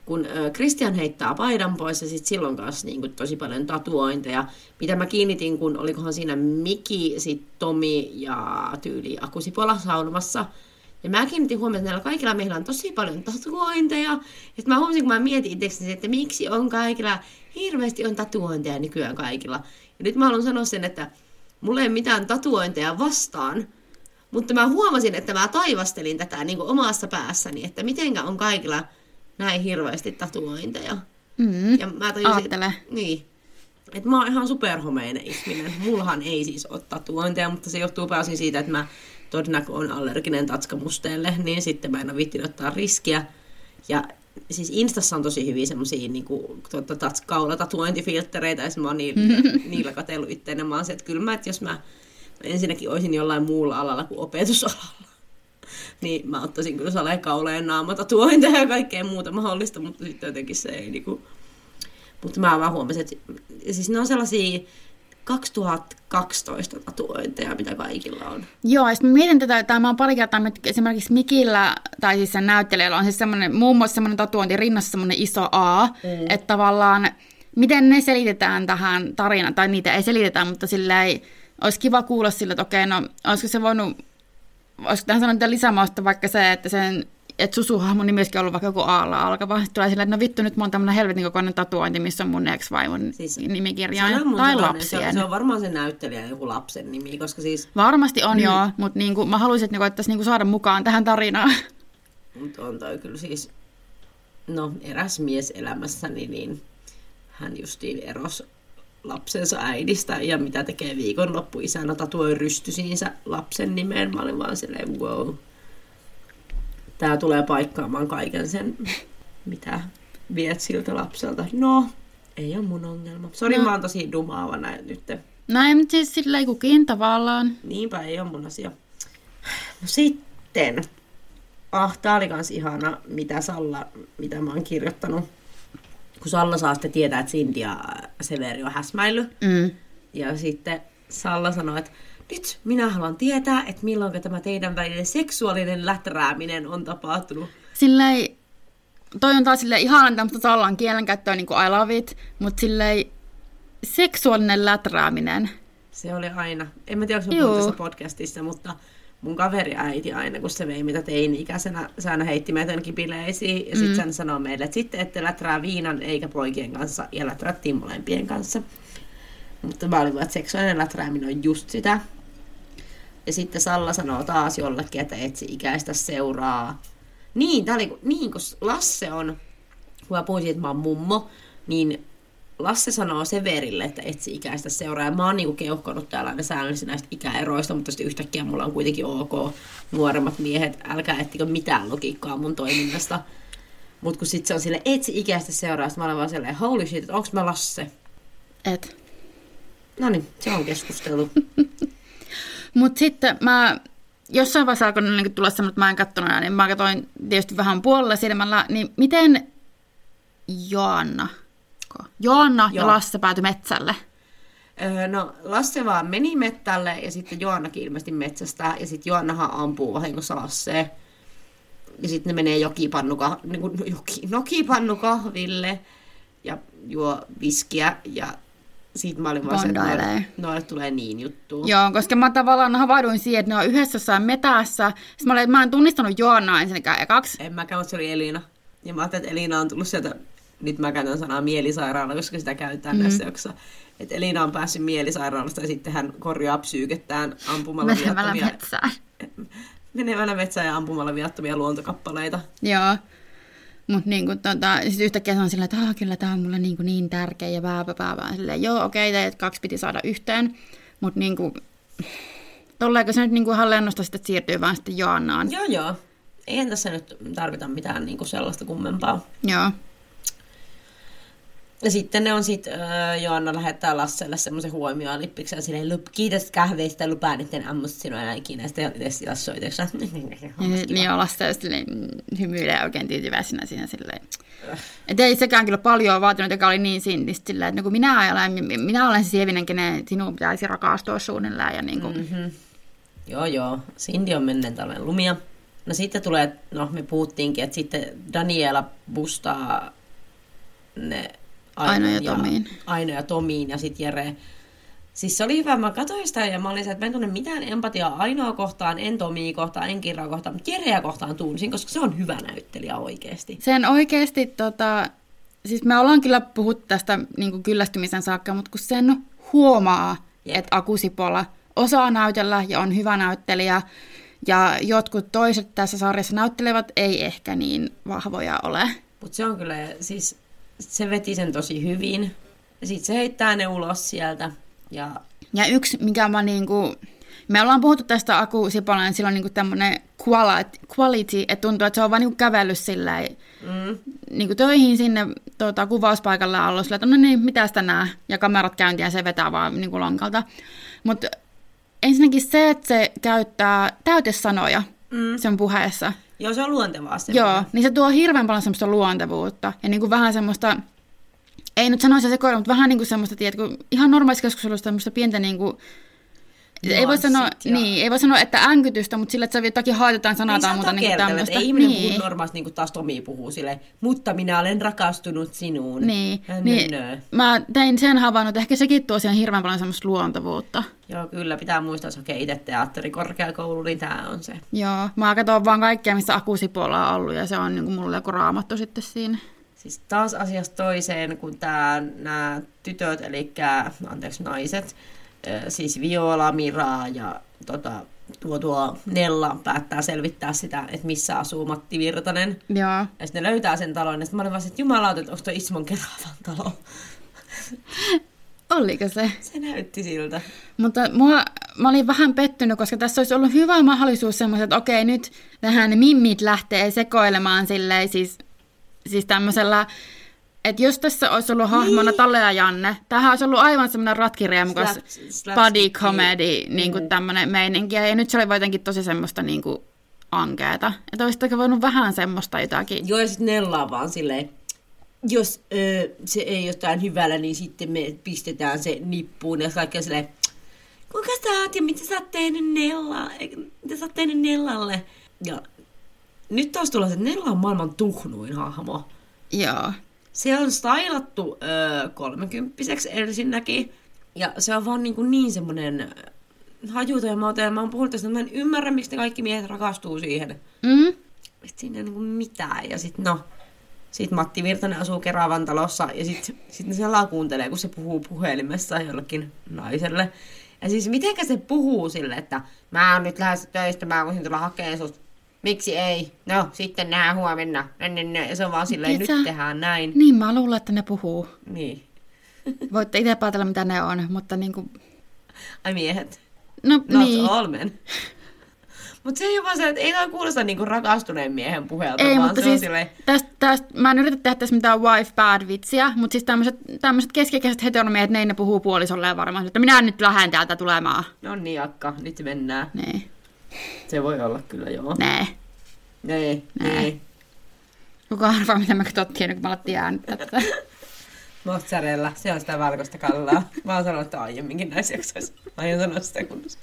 kun Christian heittää paidan pois ja sitten silloin kanssa niin kuin tosi paljon tatuointeja, mitä mä kiinnitin, kun olikohan siinä Miki, sit Tomi ja tyyli Akusipola saunomassa. Ja mä kiinnitin huomioon, että näillä kaikilla meillä on tosi paljon tatuointeja. Ja mä huomasin, kun mä mietin itsekseni, että miksi on kaikilla, hirveästi on tatuointeja nykyään kaikilla. Ja nyt mä haluan sanoa sen, että mulla ei ole mitään tatuointeja vastaan, mutta mä huomasin, että mä taivastelin tätä niin kuin omassa päässäni, että mitenkä on kaikilla näin hirveästi tatuointeja. Ja mä tajusin, niin, että mä oon ihan superhomeinen ihminen. Mullahan ei siis ole tatuointeja, mutta se johtuu pääosin siitä, että mä todennäköisesti on allerginen tatskamusteelle, niin sitten mä en ole viittinyt ottaa riskiä. Ja siis Instassa on tosi hyviä semmosia niinku kaulatatuointifilttereitä, ja mä oon niillä katsellut itseäni. Mä oon se, että kyllä että jos mä ensinnäkin olisin jollain muulla alalla kuin opetusalalla, niin mä ottaisin kyllä salekauleen naamatatuointeja ja kaikkea muuta mahdollista, mutta sitten jotenkin se ei niinku. Mutta mä vaan huomasin, että siis ne on sellaisia 2012 tatuointeja, mitä kaikilla on. Joo, ja sitten mietin tätä, mä oon pari kertaa, että esimerkiksi Mikillä, tai siis sen näyttelijällä on siis muun muassa semmoinen tatuointi rinnassa semmoinen iso A, että tavallaan, miten ne selitetään tähän tarinaan, tai niitä ei selitetä, mutta silleen, olisi kiva kuulla sillä, että okei, no, olisiko tähän sanoa lisämausta vaikka se, että Susu-hahmon nimi olisikin ollut vaikka joku A-lla alkava. Sitten tulee silleen, että no vittu, nyt mä oon tämmöinen helvetin kokoinen tatuointi, missä on mun ex-vaimon nimikirjain. Tai lapsien. Se on varmaan se näyttelijä joku lapsen nimi, koska siis. Varmasti on joo, mutta niinku, mä haluaisin, että koettaisiin saada mukaan tähän tarinaan. Mutta on toi kyllä siis, no eräs mies elämässäni, niin hän justiin erosi lapsensa äidistä ja mitä tekee viikonloppu isänä, tatuoi rystysiinsä lapsen nimeen. Mä olin vaan silleen, wow. Tää tulee paikkaamaan kaiken sen, mitä viet siltä lapselta. No, ei ole mun ongelma. Sori, mä oon tosi dumaava näin nyt. No ei, mutta siis silleen kukin tavallaan. Niinpä, ei ole mun asia. No sitten. Tää oli kans ihana, mitä mä oon kirjoittanut. Kun Salla saa sitten tietää, että Cindy ja Severi on häsmäillyt. Ja sitten Salla sanoi, että nyt minä haluan tietää, että milloin tämä teidän välinen seksuaalinen läträäminen on tapahtunut. Silleen, toi on taas silleen ihanan tämmöistä Sallan kielenkäyttöä, niin kuin I love it, mutta silleen seksuaalinen läträäminen. Se oli aina. En mä tiedä, onko se puhuttu tässä podcastissa, mutta mun kaveriäiti aina, kun se vei mitä teini-ikäisenä, se aina heitti meitä jonnekin bileisiin, ja sitten sen sanoi meille, että sitten ette läträä viinan eikä poikien kanssa, ja läträttiin molempien kanssa. Mutta mä olin vaan, että seksuaalinen läträäminen on just sitä. Ja sitten Salla sanoo taas jollekin, että etsi-ikäistä seuraa. Niin, kun Lasse on, kun mä puhuin siitä, että mä oon mummo, niin Lasse sanoo Severille, että etsi-ikäistä seuraa. Ja mä oon niinku keuhkonut täällä aina säännöllisesti näistä ikäeroista, mutta sitten yhtäkkiä mulla on kuitenkin ok nuoremmat miehet. Älkää ettikö mitään logiikkaa mun toiminnasta. Mutta kun sitten se on silleen, etsi-ikäistä seuraa, sitten mä olen vaan silleen, holy shit, että onks mä Lasse? Et. Noniin, se on keskustelu. Mutta sitten mä jossain vaiheessa alkoi tulla semmoinen, että mä en katsonut, niin mä katsoin tietysti vähän puolella silmällä, niin miten Joanna ja Lasse päätyi metsälle? No Lasse vaan meni mettälle ja sitten Joannakin ilmeisesti metsästä ja sitten Joannahan ampuu vahingossa Lasseen. Ja sitten ne menee nokipannukahville ja juo viskiä ja siitä mä olin vaan se, että noille tulee niin juttu. Joo, koska mä tavallaan havahduin siihen, että ne on yhdessä jossain metässä. Sitten mä en tunnistanut Joannaa ensinnäkään ekaksi. En mäkään, mutta se oli Elina. Ja mä ajattelin, että Elina on tullut sieltä, nyt mä käytän sanaa mielisairaala, koska sitä käytetään näissä jaksossa. Että Elina on päässyt mielisairaalasta ja sitten hän korjaa psyykettään ampumalla menevällä metsään ja ampumalla viattomia luontokappaleita. Joo. Mutta niinku, siis yhtäkkiä se on silleen, että kyllä tämä on mulle niin tärkeä ja silleen, joo okei, teidät kaksi piti saada yhteen. Mutta niinku, tolleeko se nyt niinku ihan lennosta sitten siirtyy vaan sitten Joannaan? Joo. Eihän tässä nyt tarvita mitään niinku sellaista kummempaa. Joo. Ja sitten ne on Joanna lähettää Lasselle semmoisen huomioon lippiksen silleen, kiitos kahveista, lupaan, etten ammusta sinua enää ikinä. Ja sitten Lasse soiteksi. Niin joo, Lasse hymyilee oikein tyytyväisenä siinä silleen. Että ei sekään kyllä paljon vaatinut, joka oli niin sintistä silleen, että kun minä olen se sievinen, kenen sinun pitäisi rakastua suunnilleen. Ja niin kuin. Joo. Cindy on menneen talven lumia. No sitten tulee, me puhuttiinkin, että sitten Daniela bustaa ne Aino ja Tomiin ja sitten Jere. Siis se oli hyvä, mä katsoin sitä ja mä olin se, että mä en tunne mitään empatiaa Ainoa kohtaan, en Tomia kohtaan, en Kirraa kohtaan, mutta Jereä kohtaan tunsin, koska se on hyvä näyttelijä oikeasti. Sen oikeasti, siis me ollaan kyllä puhuttu tästä niin kyllästymisen saakka, mutta kun sen huomaa, että Aku Sipola osaa näytellä ja on hyvä näyttelijä, ja jotkut toiset tässä sarjassa näyttelevät ei ehkä niin vahvoja ole. Mutta se on kyllä, siis se veti sen tosi hyvin, ja sitten se heittää ne ulos sieltä. Ja yksi, mikä mä me ollaan puhuttu tästä Aku Sipolan, sillä on niinku tämmönen quality, että tuntuu, että se on vaan niinku kävellyt silleen niinku töihin sinne kuvauspaikalle alla, sillä että no niin, mitäs tänään, ja kamerat käyntiin ja se vetää vaan niinku lonkalta. Mutta ensinnäkin se, että se käyttää täytesanoja sen puheessa. Joo, se on luontevaa. Joo, niin se tuo hirveän paljon semmoista luontevuutta ja niinku vähän semmoista, ei nyt sanoisi sekoilla, mutta vähän niinku semmoista, tiedätkö, ihan normaalissa keskustelussa semmoista pientä niinku, ei voi sanoa, että änkytystä, mutta sillä, että jotakin haitetaan sanaa tai muuta niin tämmöistä. Ei ihminen puhu normaalisti, niin kuin taas Tomi puhuu silleen, mutta minä olen rakastunut sinuun. Niin. Mä tein sen havainnut, että ehkä sekin tuo siihen hirveän paljon semmoista luontavuutta. Joo, kyllä, pitää muistaa, että itse teatterikorkeakoulu, niin tämä on se. Joo, mä katson vaan kaikkea, missä Aku Sipola on ollut, ja se on niin kuin mulle joku raamattu sitten siinä. Siis taas asiasta toiseen, kun nämä tytöt, eli naiset, siis Viola, Mira ja tuo Nella päättää selvittää sitä, että missä asuu Matti Virtanen. Joo. Ja sitten ne löytää sen talon, ja sitten mä olin vaan, että jumalauta, että onko tuo Ismon Keravan talo? Oliko se? Se näytti siltä. Mutta mä olin vähän pettynyt, koska tässä olisi ollut hyvä mahdollisuus semmoisen, että okei, nyt tähän mimmit lähtee sekoilemaan silleen, siis tämmöisellä, että jos tässä olisi ollut hahmona Talle ja Janne, tämähän olisi ollut aivan semmoinen ratkiriemukas body comedy, niin kuin tämmöinen meininki, ja nyt se oli jotenkin tosi semmoista niin kuin ankeeta. Että olisi voinut vähän semmoista jotakin. Joo, ja sitten Nella on vaan silleen, jos se ei jotain hyvällä, niin sitten me pistetään se nippuun, ja kaikki on silleen, kuinka sä oot, ja mitä sä oot tehnyt Nellalle? Ja nyt taas tulee se, että Nella on maailman tuhnuin hahmo. Joo. Se on stylattu 30-vuotiaaksi ensinnäkin, ja se on vaan niin semmoinen hajuton ja mauton, ja mä oon puhunut tästä, että mä en ymmärrä, miksi ne kaikki miehet rakastuu siihen. Että siinä ei ole mitään, ja sit Matti Virtanen asuu Keravan talossa, ja sit ne siellä kuuntelee, kun se puhuu puhelimessa jollekin naiselle. Ja siis mitenkä se puhuu sille, että mä oon nyt lähdössä töistä, mä voisin tulla hakemaan sut. Miksi ei? No, sitten nähdään huomenna. Ja se on vaan silleen, nyt tehdään näin. Niin, mä luulen, että ne puhuu. Niin. Voitte itse päätellä, mitä ne on, mutta niinku... Ai miehet. No, not niin. all men. Mutta se ei ole vaan se, että ei tämä kuulosta niinku rakastuneen miehen puhelta, ei, vaan mutta se siis on silleen... mä en yritä tehdä tässä mitään wife bad vitsiä, mutta siis tämmöiset keskikäiset heteronomiehet, ne puhuu puolisolleen varmaan, että minä nyt lähden täältä tulemaan. No niin, akka, nyt mennään. Niin. Se voi olla kyllä, joo. Nee. Kuka arvaa, mitä me katsottiin, kun me alettiin äänittää tätä? Mozzarella, se on sitä valkoista kallaa. Mä oon sanonut aiemminkin näissä jaksoissa. Mä aion sanoa sitä kunnossa.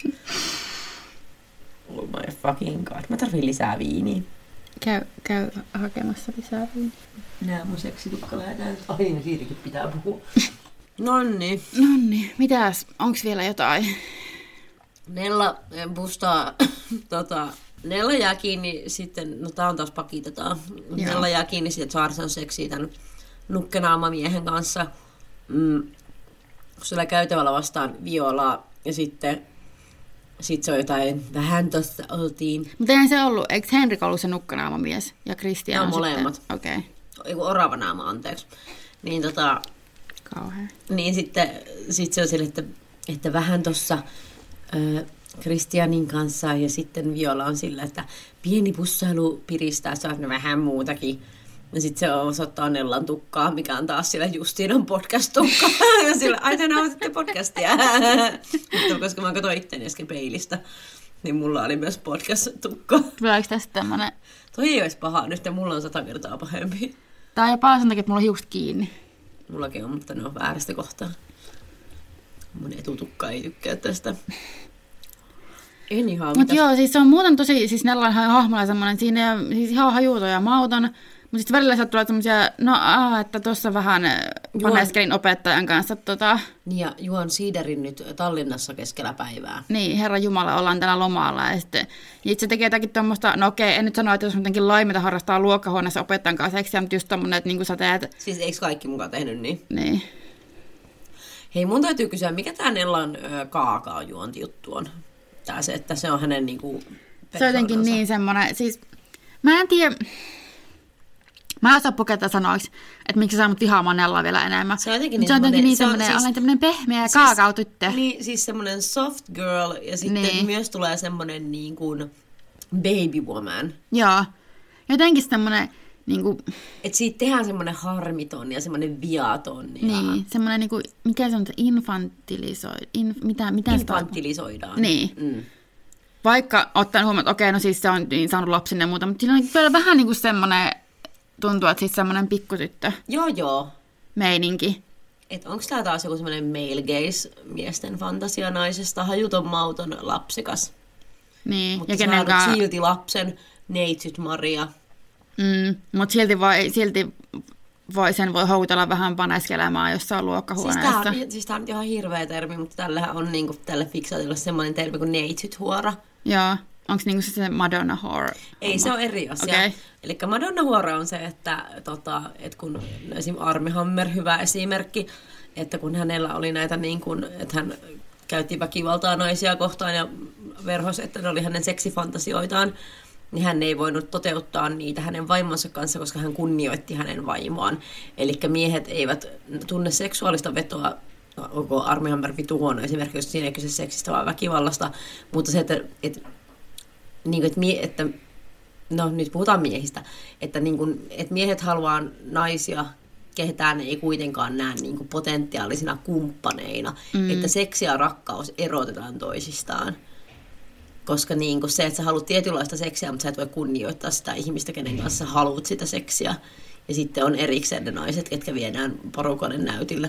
Oh my fucking god. Mä tarviin lisää viiniä. Käy hakemassa lisää viiniä. Nää mun seksitukka lähetään nyt. Ai, niin siitäkin pitää puhua. Nonni, mitäs? Onks vielä jotain? Nella bustaa, Nella jää kiinni sitten, no tää on taas pakitetaan. Nella jää kiinni sitten, että Saarissa on seksiä tämän nukkenaamamiehen kanssa. Kun sillä käytävällä vastaan Violaa ja sitten se on jotain, vähän tossa oltiin. Mutta eihän se ollut, eikö Henrik ollut se nukkanaamamies ja Kristian on molemmat. Okei. Eiku oravanaama, anteeksi. Niin kauhean. Niin sitten se on sille, että vähän tossa... Kristianin kanssa ja sitten Viola on sillä, että pieni pussailu piristää, saa vähän muutakin. Ja sitten se osoittaa Nellan tukkaa, mikä on taas sillä Justiinan podcast-tukka. Ja sillä, ai te nauhoitatte podcastia. Mutta koska mä katsoin itteni äsken peilistä, niin mulla oli myös podcast-tukka. Tuleeko tästä tämmönen? Toi ei olisi paha, nyt mulla on 100 kertaa pahempi. Tää on jopa sen takia, että mulla on hiukset kiinni. Mullakin on, mutta ne on väärästä kohtaa. Mun etutukka ei tykkää tästä. Mutta joo, siis se on muuten tosi, siis Nella on hahmolla semmoinen, siinä siis ihan hajuuton ja mauton, Mutta sitten välillä sieltä tulee semmoisia, että tuossa vähän paneskelin opettajan kanssa. Niin ja juon siiderin nyt Tallinnassa keskellä päivää. Niin, Herra Jumala, ollaan täällä lomalla. Ja sitten se tekee jotakin tuommoista, no okei, en nyt sano, että jos jotenkin laimeta harrastaa luokkahuoneessa opettajan kanssa seksiä, mutta just tommoinen, että niin kuin sä teet. Siis eikö kaikki mukaan tehnyt niin? Niin. Hei, mun täytyy kysyä, mikä tää Nellan kaakaojuontijuttu on? Tää se, että se on hänen niinku se on jotenkin niin semmoinen, siis mä en tiedä, mä en osaa puketa sanoiksi, että miksi sä saa mut vihaamaan Nellaa vielä enemmän. Se on jotenkin niin semmoinen, siis, olen tämmöinen pehmeä siis, kaakaotyttö. Niin, siis semmoinen soft girl ja sitten niin. Myös tulee semmoinen niin kuin baby woman. Joo, jotenkin semmoinen niinku, että siitä tehdään semmoinen harmiton ja semmoinen viaton. Niin, semmoinen niinku, mikä se on, infantilisoidaan. Niin. Mm. Vaikka ottaen huomioon, että okei, no siis se on niin saanut lapsen ja muuta, mutta siinä on vielä vähän niinku semmoinen, tuntuu, että siis semmoinen pikkutyttö. Joo. Meininki. Että onko tää taas joku semmoinen male gaze miesten fantasia naisesta, hajuton mauton lapsikas. Niin. Mutta sä haluat silti lapsen, neitsyt Maria. Mutta silti sen voi houtella vähän paneskelemaan jossain luokkahuoneessa. Siis tää on ihan hirveä termi, mutta tällähän on niinku, tälle fiksaatiolle semmoinen termi kuin neitsyt huora. Joo. Onko niinku se Madonna whore? Ei, se on eri asia. Okay. Eli Madonna whore on se, että kun esim. Armie Hammer, hyvä esimerkki, että kun hänellä oli näitä niin kuin, että hän käytti väkivaltaa naisia kohtaan ja verhos, että ne oli hänen seksifantasioitaan, niin hän ei voinut toteuttaa niitä hänen vaimonsa kanssa, koska hän kunnioitti hänen vaimoaan. Eli miehet eivät tunne seksuaalista vetoa, onko Armie Hammer vitu huono esimerkiksi, jos siinä ei kyse seksistä vaan väkivallasta, mutta se, että no nyt puhutaan miehistä, että miehet haluaa naisia, ketään ei kuitenkaan näe niin kuin potentiaalisina kumppaneina, että seksi ja rakkaus erotetaan toisistaan. Koska niin kuin se, että sä haluat tietynlaista seksiä, mutta sä et voi kunnioittaa sitä ihmistä, kenen kanssa sä haluat sitä seksiä. Ja sitten on erikseen ne naiset, ketkä viedään porukalle näytille.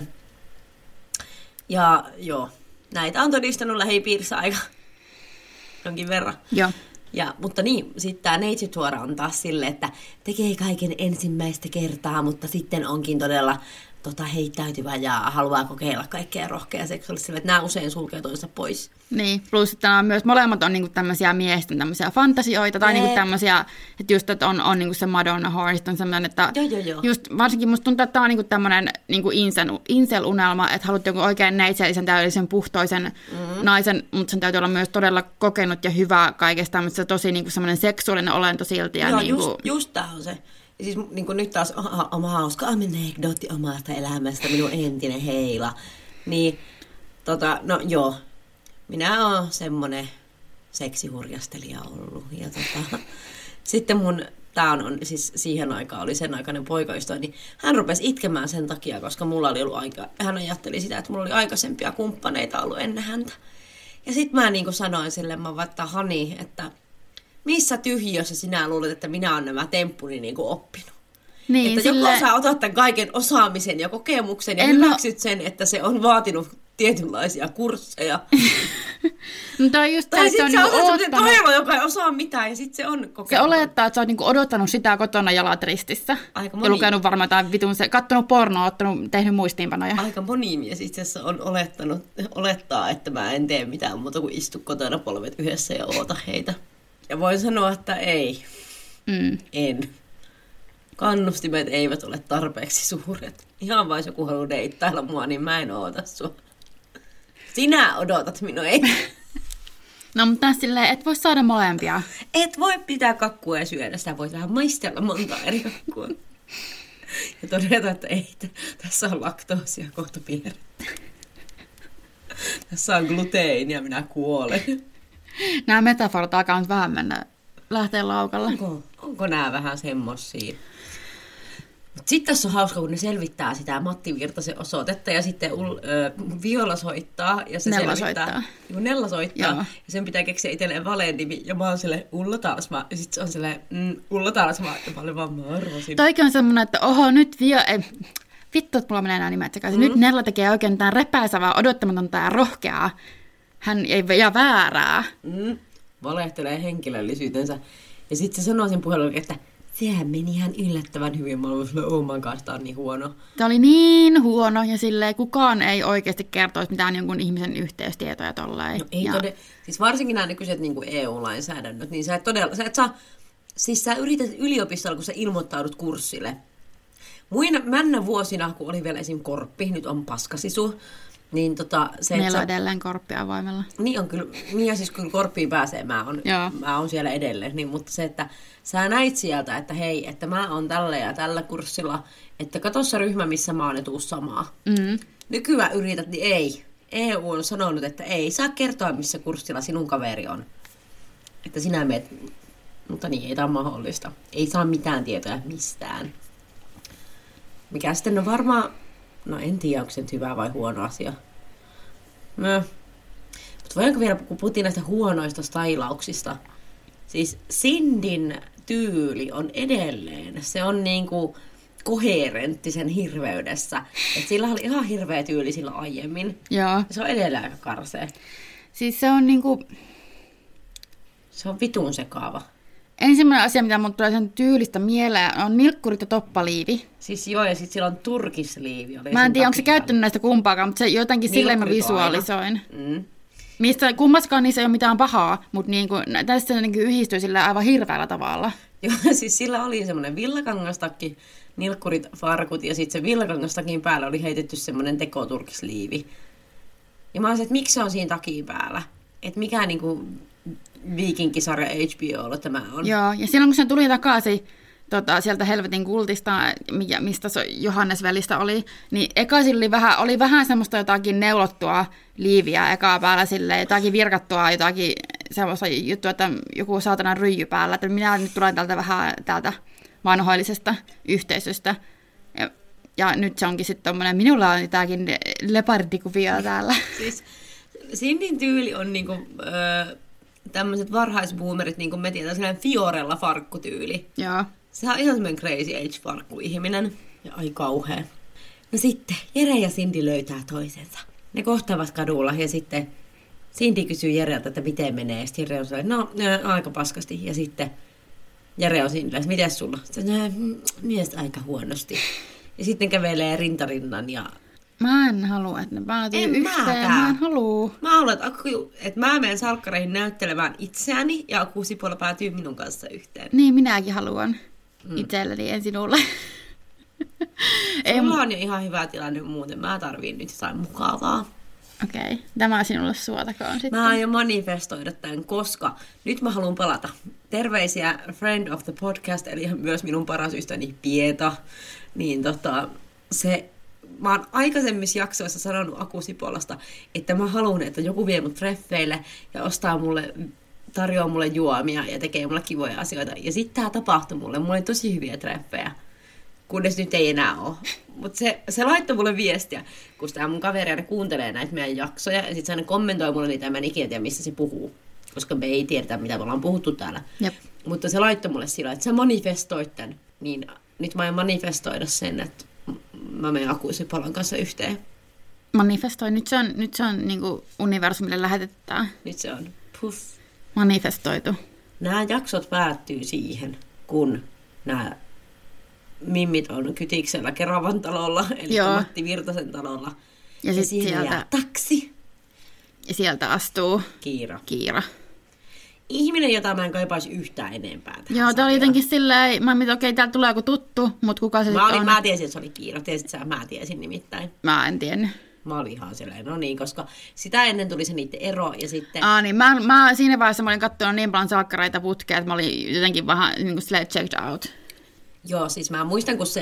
Ja joo, näitä on todistanut lähipiirissä aika jonkin verran. Joo. Mutta niin, sitten tämä neitsytuora on taas sille, että tekee kaiken ensimmäistä kertaa, mutta sitten onkin todella heittäytyvä ja haluaa kokeilla kaikkea rohkeaa seksuaalista, että nämä usein sulkee toisensa pois. Niin, plus että nämä on myös molemmat on niinku tämmöisiä miesten tämmöisiä fantasioita, tai niinku tämmöisiä, että just että on niinku se Madonna whore, sitten on semmoinen, että Joo. just varsinkin musta tuntuu, että tämä on niinku tämmöinen niinku incel-unelma, että haluat joku oikein neitsellisen, täydellisen, puhtoisen naisen, mutta sen täytyy olla myös todella kokenut ja hyvä kaikesta tämmöistä, tosi niinku semmoinen seksuaalinen olento silti. Ja joo, niinku just tämä on se. Ja siis niin nyt taas oma hauska anekdootti omasta elämästä, minun entinen heila. Niin, no joo, minä olen semmoinen seksihurjastelija ollut. Ja sitten tämä on siis siihen aikaan oli sen aikainen poikaystävä, niin hän rupesi itkemään sen takia, koska mulla oli ollut hän ajatteli sitä, että mulla oli aikaisempia kumppaneita ollut ennen häntä. Ja sitten mä niin kuin sanoin sille, Hani, että missä tyhjössä sinä luulet, että minä olen nämä temppuni niin kuin oppinut? Niin, että joko sä otat tämän kaiken osaamisen ja kokemuksen ja hyväksyt sen, että se on vaatinut tietynlaisia kursseja. No toi just tai sitten sä otat sellainen tohjelma, joka ei osaa mitään ja sitten se on kokenut. Se olettaa, että sä oot niinku odottanut sitä kotona jalat ristissä. Aika moni. Ja lukenut varmaan jotain kattonut pornoa, tehnyt muistiinpanoja. Aika moni mies itse asiassa on olettaa, että mä en tee mitään muuta kuin istu kotona polvet yhdessä ja oota heitä. Ja voin sanoa, että ei. En. Kannustimet eivät ole tarpeeksi suuret. Ihan vaan jos joku haluaa deittailla mua, niin mä en oota sua. Sinä odotat minua, ei. No, mutta silleen, et voi saada molempia. Et voi pitää kakkua ja syödä. Sitä voit vähän maistella monta eri kakkua. Ja todeta, että ei, tässä on laktoosia kohta piirrettä. Tässä on gluteenia, minä kuolen. Nämä metaforat alkaa nyt vähän lähteä laukalle. Onko nämä vähän semmosia? Sitten tässä on hauska, kun ne selvittää sitä Matti Virtasen osoitetta ja sitten Viola soittaa. Ja se Nella soittaa. Nella soittaa. Joo. Ja sen pitää keksiä itselleen valenimi. Ja mä oon silleen Ulla Taalasmaa. Ja sitten se on silleen Ulla Taalasmaa. Ja mä olin vaan, mä arvasin. Toikin on semmoinen, että oho nyt vittu, että mulla menee nämä nimet sekaisin. Nyt Nella tekee oikein tämän repäisävää, odottamatonta ja rohkeaa. Hän ei ja väärää. Valehtelee henkilöllisyytensä. Ja sitten se sanoo sen puhelun, että sehän meni ihan yllättävän hyvin. Mä olin silleen, oh my god, tää on niin huono. Tämä oli niin huono ja silleen kukaan ei oikeasti kertoisi mitään jonkun ihmisen yhteystietoja tolleen. No ei siis varsinkin nämä nykyiset niin kuin EU-lainsäädännöt, niin sä et saa, siis sä yrität yliopistolla, kun sä ilmoittaudut kurssille. Männä vuosina, kun oli vielä esim. Korppi, nyt on paskasisu, niin meillä on edelleen Korppi avoimella. Niin on kyllä, niin ja siis kyllä Korppiin pääsee, mä oon siellä edelleen, niin, mutta se, että sä näit sieltä, että hei, että mä oon tällä ja tällä kurssilla, että katso se ryhmä, missä mä oon, ja tuu samaa. Nykyään yrität, niin ei. EU on sanonut, että ei saa kertoa, missä kurssilla sinun kaveri on. Että sinä meet, mutta niin, ei tämä ole mahdollista. Ei saa mitään tietoja mistään. Mikä sitten on varmaan, no en tiedä, onko se nyt hyvä vai huono asia. Mutta voidaanko vielä, kun puhuttiin näistä huonoista stailauksista, siis Cindyn tyyli on edelleen, se on niinku koherentti sen hirveydessä. Et sillä oli ihan hirveä tyyli sillä aiemmin. Joo. Se on edelleen aika karsea. Siis se on niinku... Se on vitun sekaava. Ensimmäinen asia, mitä mun tulee sen tyylistä mieleen, on nilkkurit ja toppaliivi. Siis joo, ja sitten sillä on turkisliivi. Mä en tiedä, onko se käyttänyt näistä kumpaakaan, mutta se jotenkin silleen mä visualisoin. Mistä kummaskaan niissä ei ole mitään pahaa, mutta niinku, tässä se niinku yhdistyy sillä aivan hirveällä tavalla. Joo, siis sillä oli semmoinen villakangastakki, nilkkurit, farkut, ja sitten se villakangastakin päällä oli heitetty semmoinen tekoturkisliivi. Ja mä olisin, että miksi se on siinä takin päällä? Että mikä niinku viikinkisarja HBOlla tämä on. Joo, ja silloin kun se tuli takaisin sieltä helvetin kultista, mistä se Johannes välistä oli, niin eka sillä oli vähän semmoista jotakin neulottua liiviä ekaa päällä silleen, jotakin virkattua, jotakin semmoista juttua, että joku saatanan ryijy päällä, että minä nyt tulen täältä vanhoillisesta yhteisöstä. Ja nyt se onkin sitten tommoinen, minulla on jotakin lepardikuvia täällä. Siis Cindyn tyyli on niinku... tämmöiset varhaisboomerit, niin kuin me tiedetään, sellainen Fiorella-farkkutyyli. Joo. Se on ihan semmoinen crazy age-farkku-ihminen. Ja ai kauhea. No sitten Jere ja Cindy löytää toisensa. Ne kohtaavat kadulla ja sitten Cindy kysyy Jereltä, että miten menee. Ja sitten Jere on sellainen, no aika paskasti. Ja sitten Jere on Cindyllä, että mites sulla? Sitten mies aika huonosti. Ja sitten kävelee rintarinnan ja... Mä en halua, että ne päätyy yhteen. Mä en halua. Mä haluan, että mä menen salkkareihin näyttelemään itseäni ja Aku Sipola päätyy minun kanssa yhteen. Niin, minäkin haluan. Itselleni, en sinulle. Sulla on jo ihan hyvä tilanne muuten. Mä tarviin nyt jotain mukavaa. Okei, tämä sinulle suotakoon sitten. Mä aion manifestoida tämän, koska nyt mä haluan palata. Terveisiä Friend of the Podcast, eli myös minun paras ystäväni Pieta. Niin mä oon aikaisemmissa jaksoissa sanonut Aku Sipolasta, että mä haluan, että joku vie mut treffeille ja tarjoaa mulle juomia ja tekee mulle kivoja asioita. Ja sitten tää tapahtui mulle. Mulla oli tosi hyviä treffejä, kunnes nyt ei enää ole. Mutta se laittoi mulle viestiä, kun tää mun kaveri kuuntelee näitä meidän jaksoja ja sitten se kommentoi mulle niitä ja mä en ikinä tiedä, missä se puhuu. Koska me ei tiedetä, mitä me ollaan puhuttu täällä. Jep. Mutta se laittoi mulle sillä, että sä manifestoit tän. Niin nyt mä aion manifestoida sen, että mä menen Aku Sipolan kanssa yhteen. Manifestoi. Nyt se on niin kuin universumille lähetetään. Nyt se on. Puff. Manifestoitu. Nämä jaksot päättyy siihen, kun nämä mimmit on Kytiksellä Keravan talolla, eli Matti Virtasen talolla. Ja sitten sieltä jää taksi. Ja sieltä astuu Kiira. Ihminen, jota mä en kaipaisi yhtään enempää. Joo, tää oli jotenkin silleen, mä mietin, okei, täältä tulee joku tuttu, mutta kuka se sitten on? Mä tiesin, että se oli Kiira. Tiesit sä? Mä tiesin nimittäin. Mä en tiennyt. Mä olin ihan silleen, no niin, koska sitä ennen tuli se niiden ero ja sitten... Niin, mä siinä vaiheessa mä olin katsonut niin paljon salkkareita putkea, että mä olin jotenkin vähän niin kuin silleen checked out. Joo, siis mä muistan, kun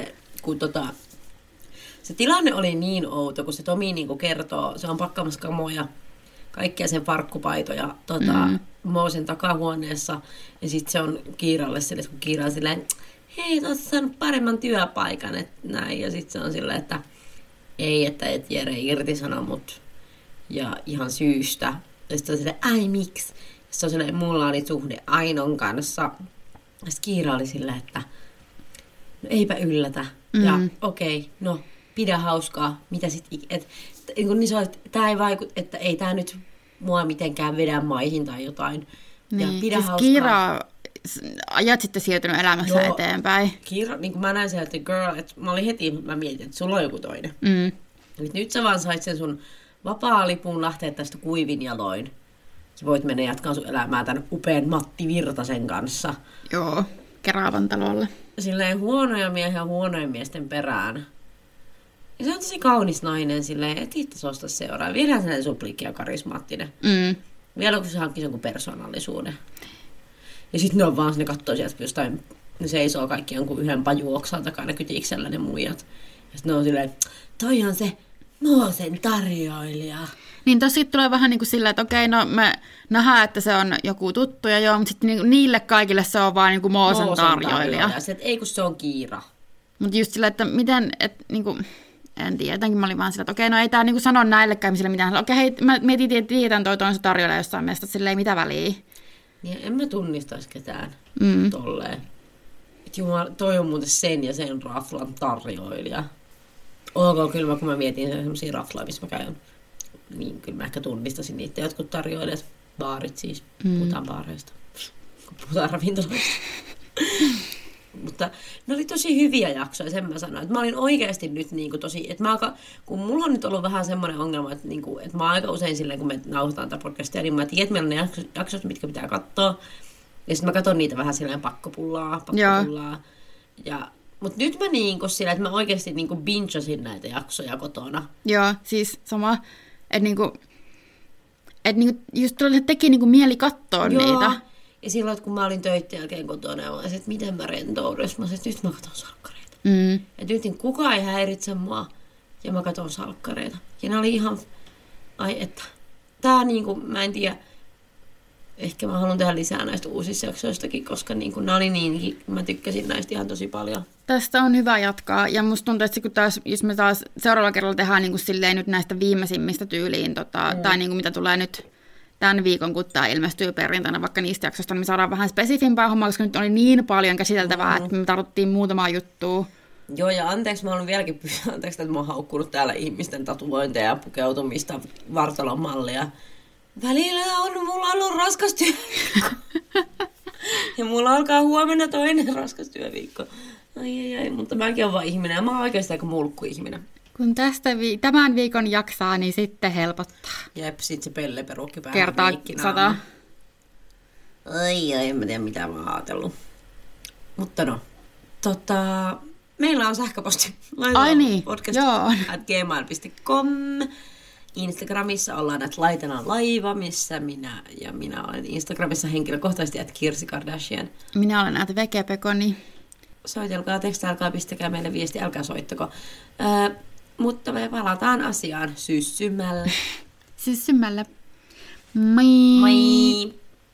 se tilanne oli niin outo, kun se Tomi niin kertoo, se on pakkaamassa kamoja, kaikkia sen farkkupaitoja Moosen takahuoneessa. Ja sitten se on Kiiralle silleen, kun Kiira on silleen, hei, oot saanut paremman työpaikan, että näin. Ja sitten se on silleen, että ei, että et Jere irtisano mut. Ja ihan syystä. Ja sitten on silleen, ai miksi? Ja sitten on silleen, mulla oli suhde Ainon kanssa. Ja sitten Kiira oli silleen, että no eipä yllätä. Ja okei, no pidä hauskaa. Mitä sitten, niin se on, että tää ei vaikuta, että ei tää nyt mua mitenkään vedä maihin tai jotain. Niin, ja pidä siis hauskaa. Kiira ajat sitten siirtynyt elämässä eteenpäin. Kiira, niin kuin mä näin sen, että girl, että mä olin heti, mä mietin, että sulla on joku toinen. Nyt sä vaan sait sen sun vapaa-lipun lähteä tästä kuivin jaloin. Sä voit mennä jatkaa sun elämää tämän upean Matti Virtasen kanssa. Joo, Keravan talolle. Silleen huonoja miehiä huonojen miesten perään. Ja se on tosi kaunis nainen, silleen, et itse osta seuraa. Vielähän sellainen suplikki ja karismaattinen. Vielä kun se hankkisi jonkun persoonallisuuden. Ja sitten ne on vaan, ne katsoo sieltä jostain, ne seisoo kaikki jonkun yhden pajuoksan takana kytiksellä ne muijat. Ja sitten ne on silleen, toi on se Moosen tarjoilija. Niin tossa tulee vähän niin kuin sillä, että okei, no me nähdään, että se on joku tuttu ja joo, mutta sitten niille kaikille se on vaan niin kuin Moosen tarjoilija. Se, että ei kun se on Kiira. Mutta just sillä, että miten, että niin kuin, en tiedä, jotenkin mä olin vaan sillä, että okei, no ei tää niin kuin sano näillekään ihmisille mitään. Okei, hei, mä tiedän toi se tarjoilija jossain mielestä, sillä ei mitään väliä. Niin, en mä tunnistaisi ketään tolleen. Että jumala, toi on muuten sen ja sen raflan tarjoilija. Ok, kyllä kun mä mietin semmosia rafloja, missä mä käyn, niin kyllä mä ehkä tunnistasin niitä jotkut tarjoilijat. Baarit siis, puhutaan baareista, kun puhutaan ravintoloista. Mutta ne oli tosi hyviä jaksoja, sen mä sanoin. Että mä olin oikeasti nyt niin tosi, että kun mulla on nyt ollut vähän semmoinen ongelma, että, niin kuin, että mä aika usein silleen, kun me nauhoitetaan tätä podcastia, niin mä tiedän, että meillä on ne jaksot, mitkä pitää katsoa. Ja sitten mä katson niitä vähän silleen pakkopullaa. Mutta nyt mä niinku sillä, että mä oikeasti niinku bingeasin näitä jaksoja kotona. Joo, siis sama. Että niinku just teki niinku mieli katsoa niitä. Ja silloin, kun mä olin töitten jälkeen kotona, ja mä olisin, että miten mä rentoudun. Mä olisin, että nyt mä katson salkkareita. Että nyt niin kukaan ei häiritse mua, ja mä katson salkkareita. Ja ne oli ihan, ai että, tää niinku, mä en tiedä, ehkä mä haluan tehdä lisää näistä uusista jaksoistakin, koska niinku, nämä oli niin, mä tykkäsin näistä ihan tosi paljon. Tästä on hyvä jatkaa, ja musta tuntuu, että kun taas, jos me taas seuraavalla kerralla tehdään niin kuin silleen nyt näistä viimeisimmistä tyyliin, tai niin kuin mitä tulee nyt tämän viikon, kun tämä ilmestyy perjantaina vaikka niistä jaksoista, niin me saadaan vähän spesifimpää hommaa, koska nyt oli niin paljon käsiteltävää, että me tarvittiin muutamaa juttua. Joo, ja anteeksi, mä haluan vieläkin anteeksi, että mä oon haukkunut täällä ihmisten tatuointeja ja pukeutumista, vartalon mallia. Välillä mulla on ollut raskas työviikko. Ja mulla alkaa huomenna toinen raskas työviikko. Ai, mutta mäkin oon vaan ihminen ja mä oon oikeasti aika mulkku-ihminen. Kun tämän viikon jaksaa, niin sitten helpottaa. Jep, sit se pelleperukki päällä. Kertaa 100. Ai, en mä tiedä mitä mä oon ajatellut. Mutta no, meillä on sähköposti. Ai niin, podcast@gmail.com. Instagramissa ollaan @laitetaan laiva, missä minä olen Instagramissa henkilökohtaisesti @Kirsi Kardashian. Minä olen @vegepekoni. Soitelkaa, tekstailkaa, pistäkää meille viesti, älkää soittako. Mutta me palataan asiaan syssymällä. Syssymällä. Moi! Moi!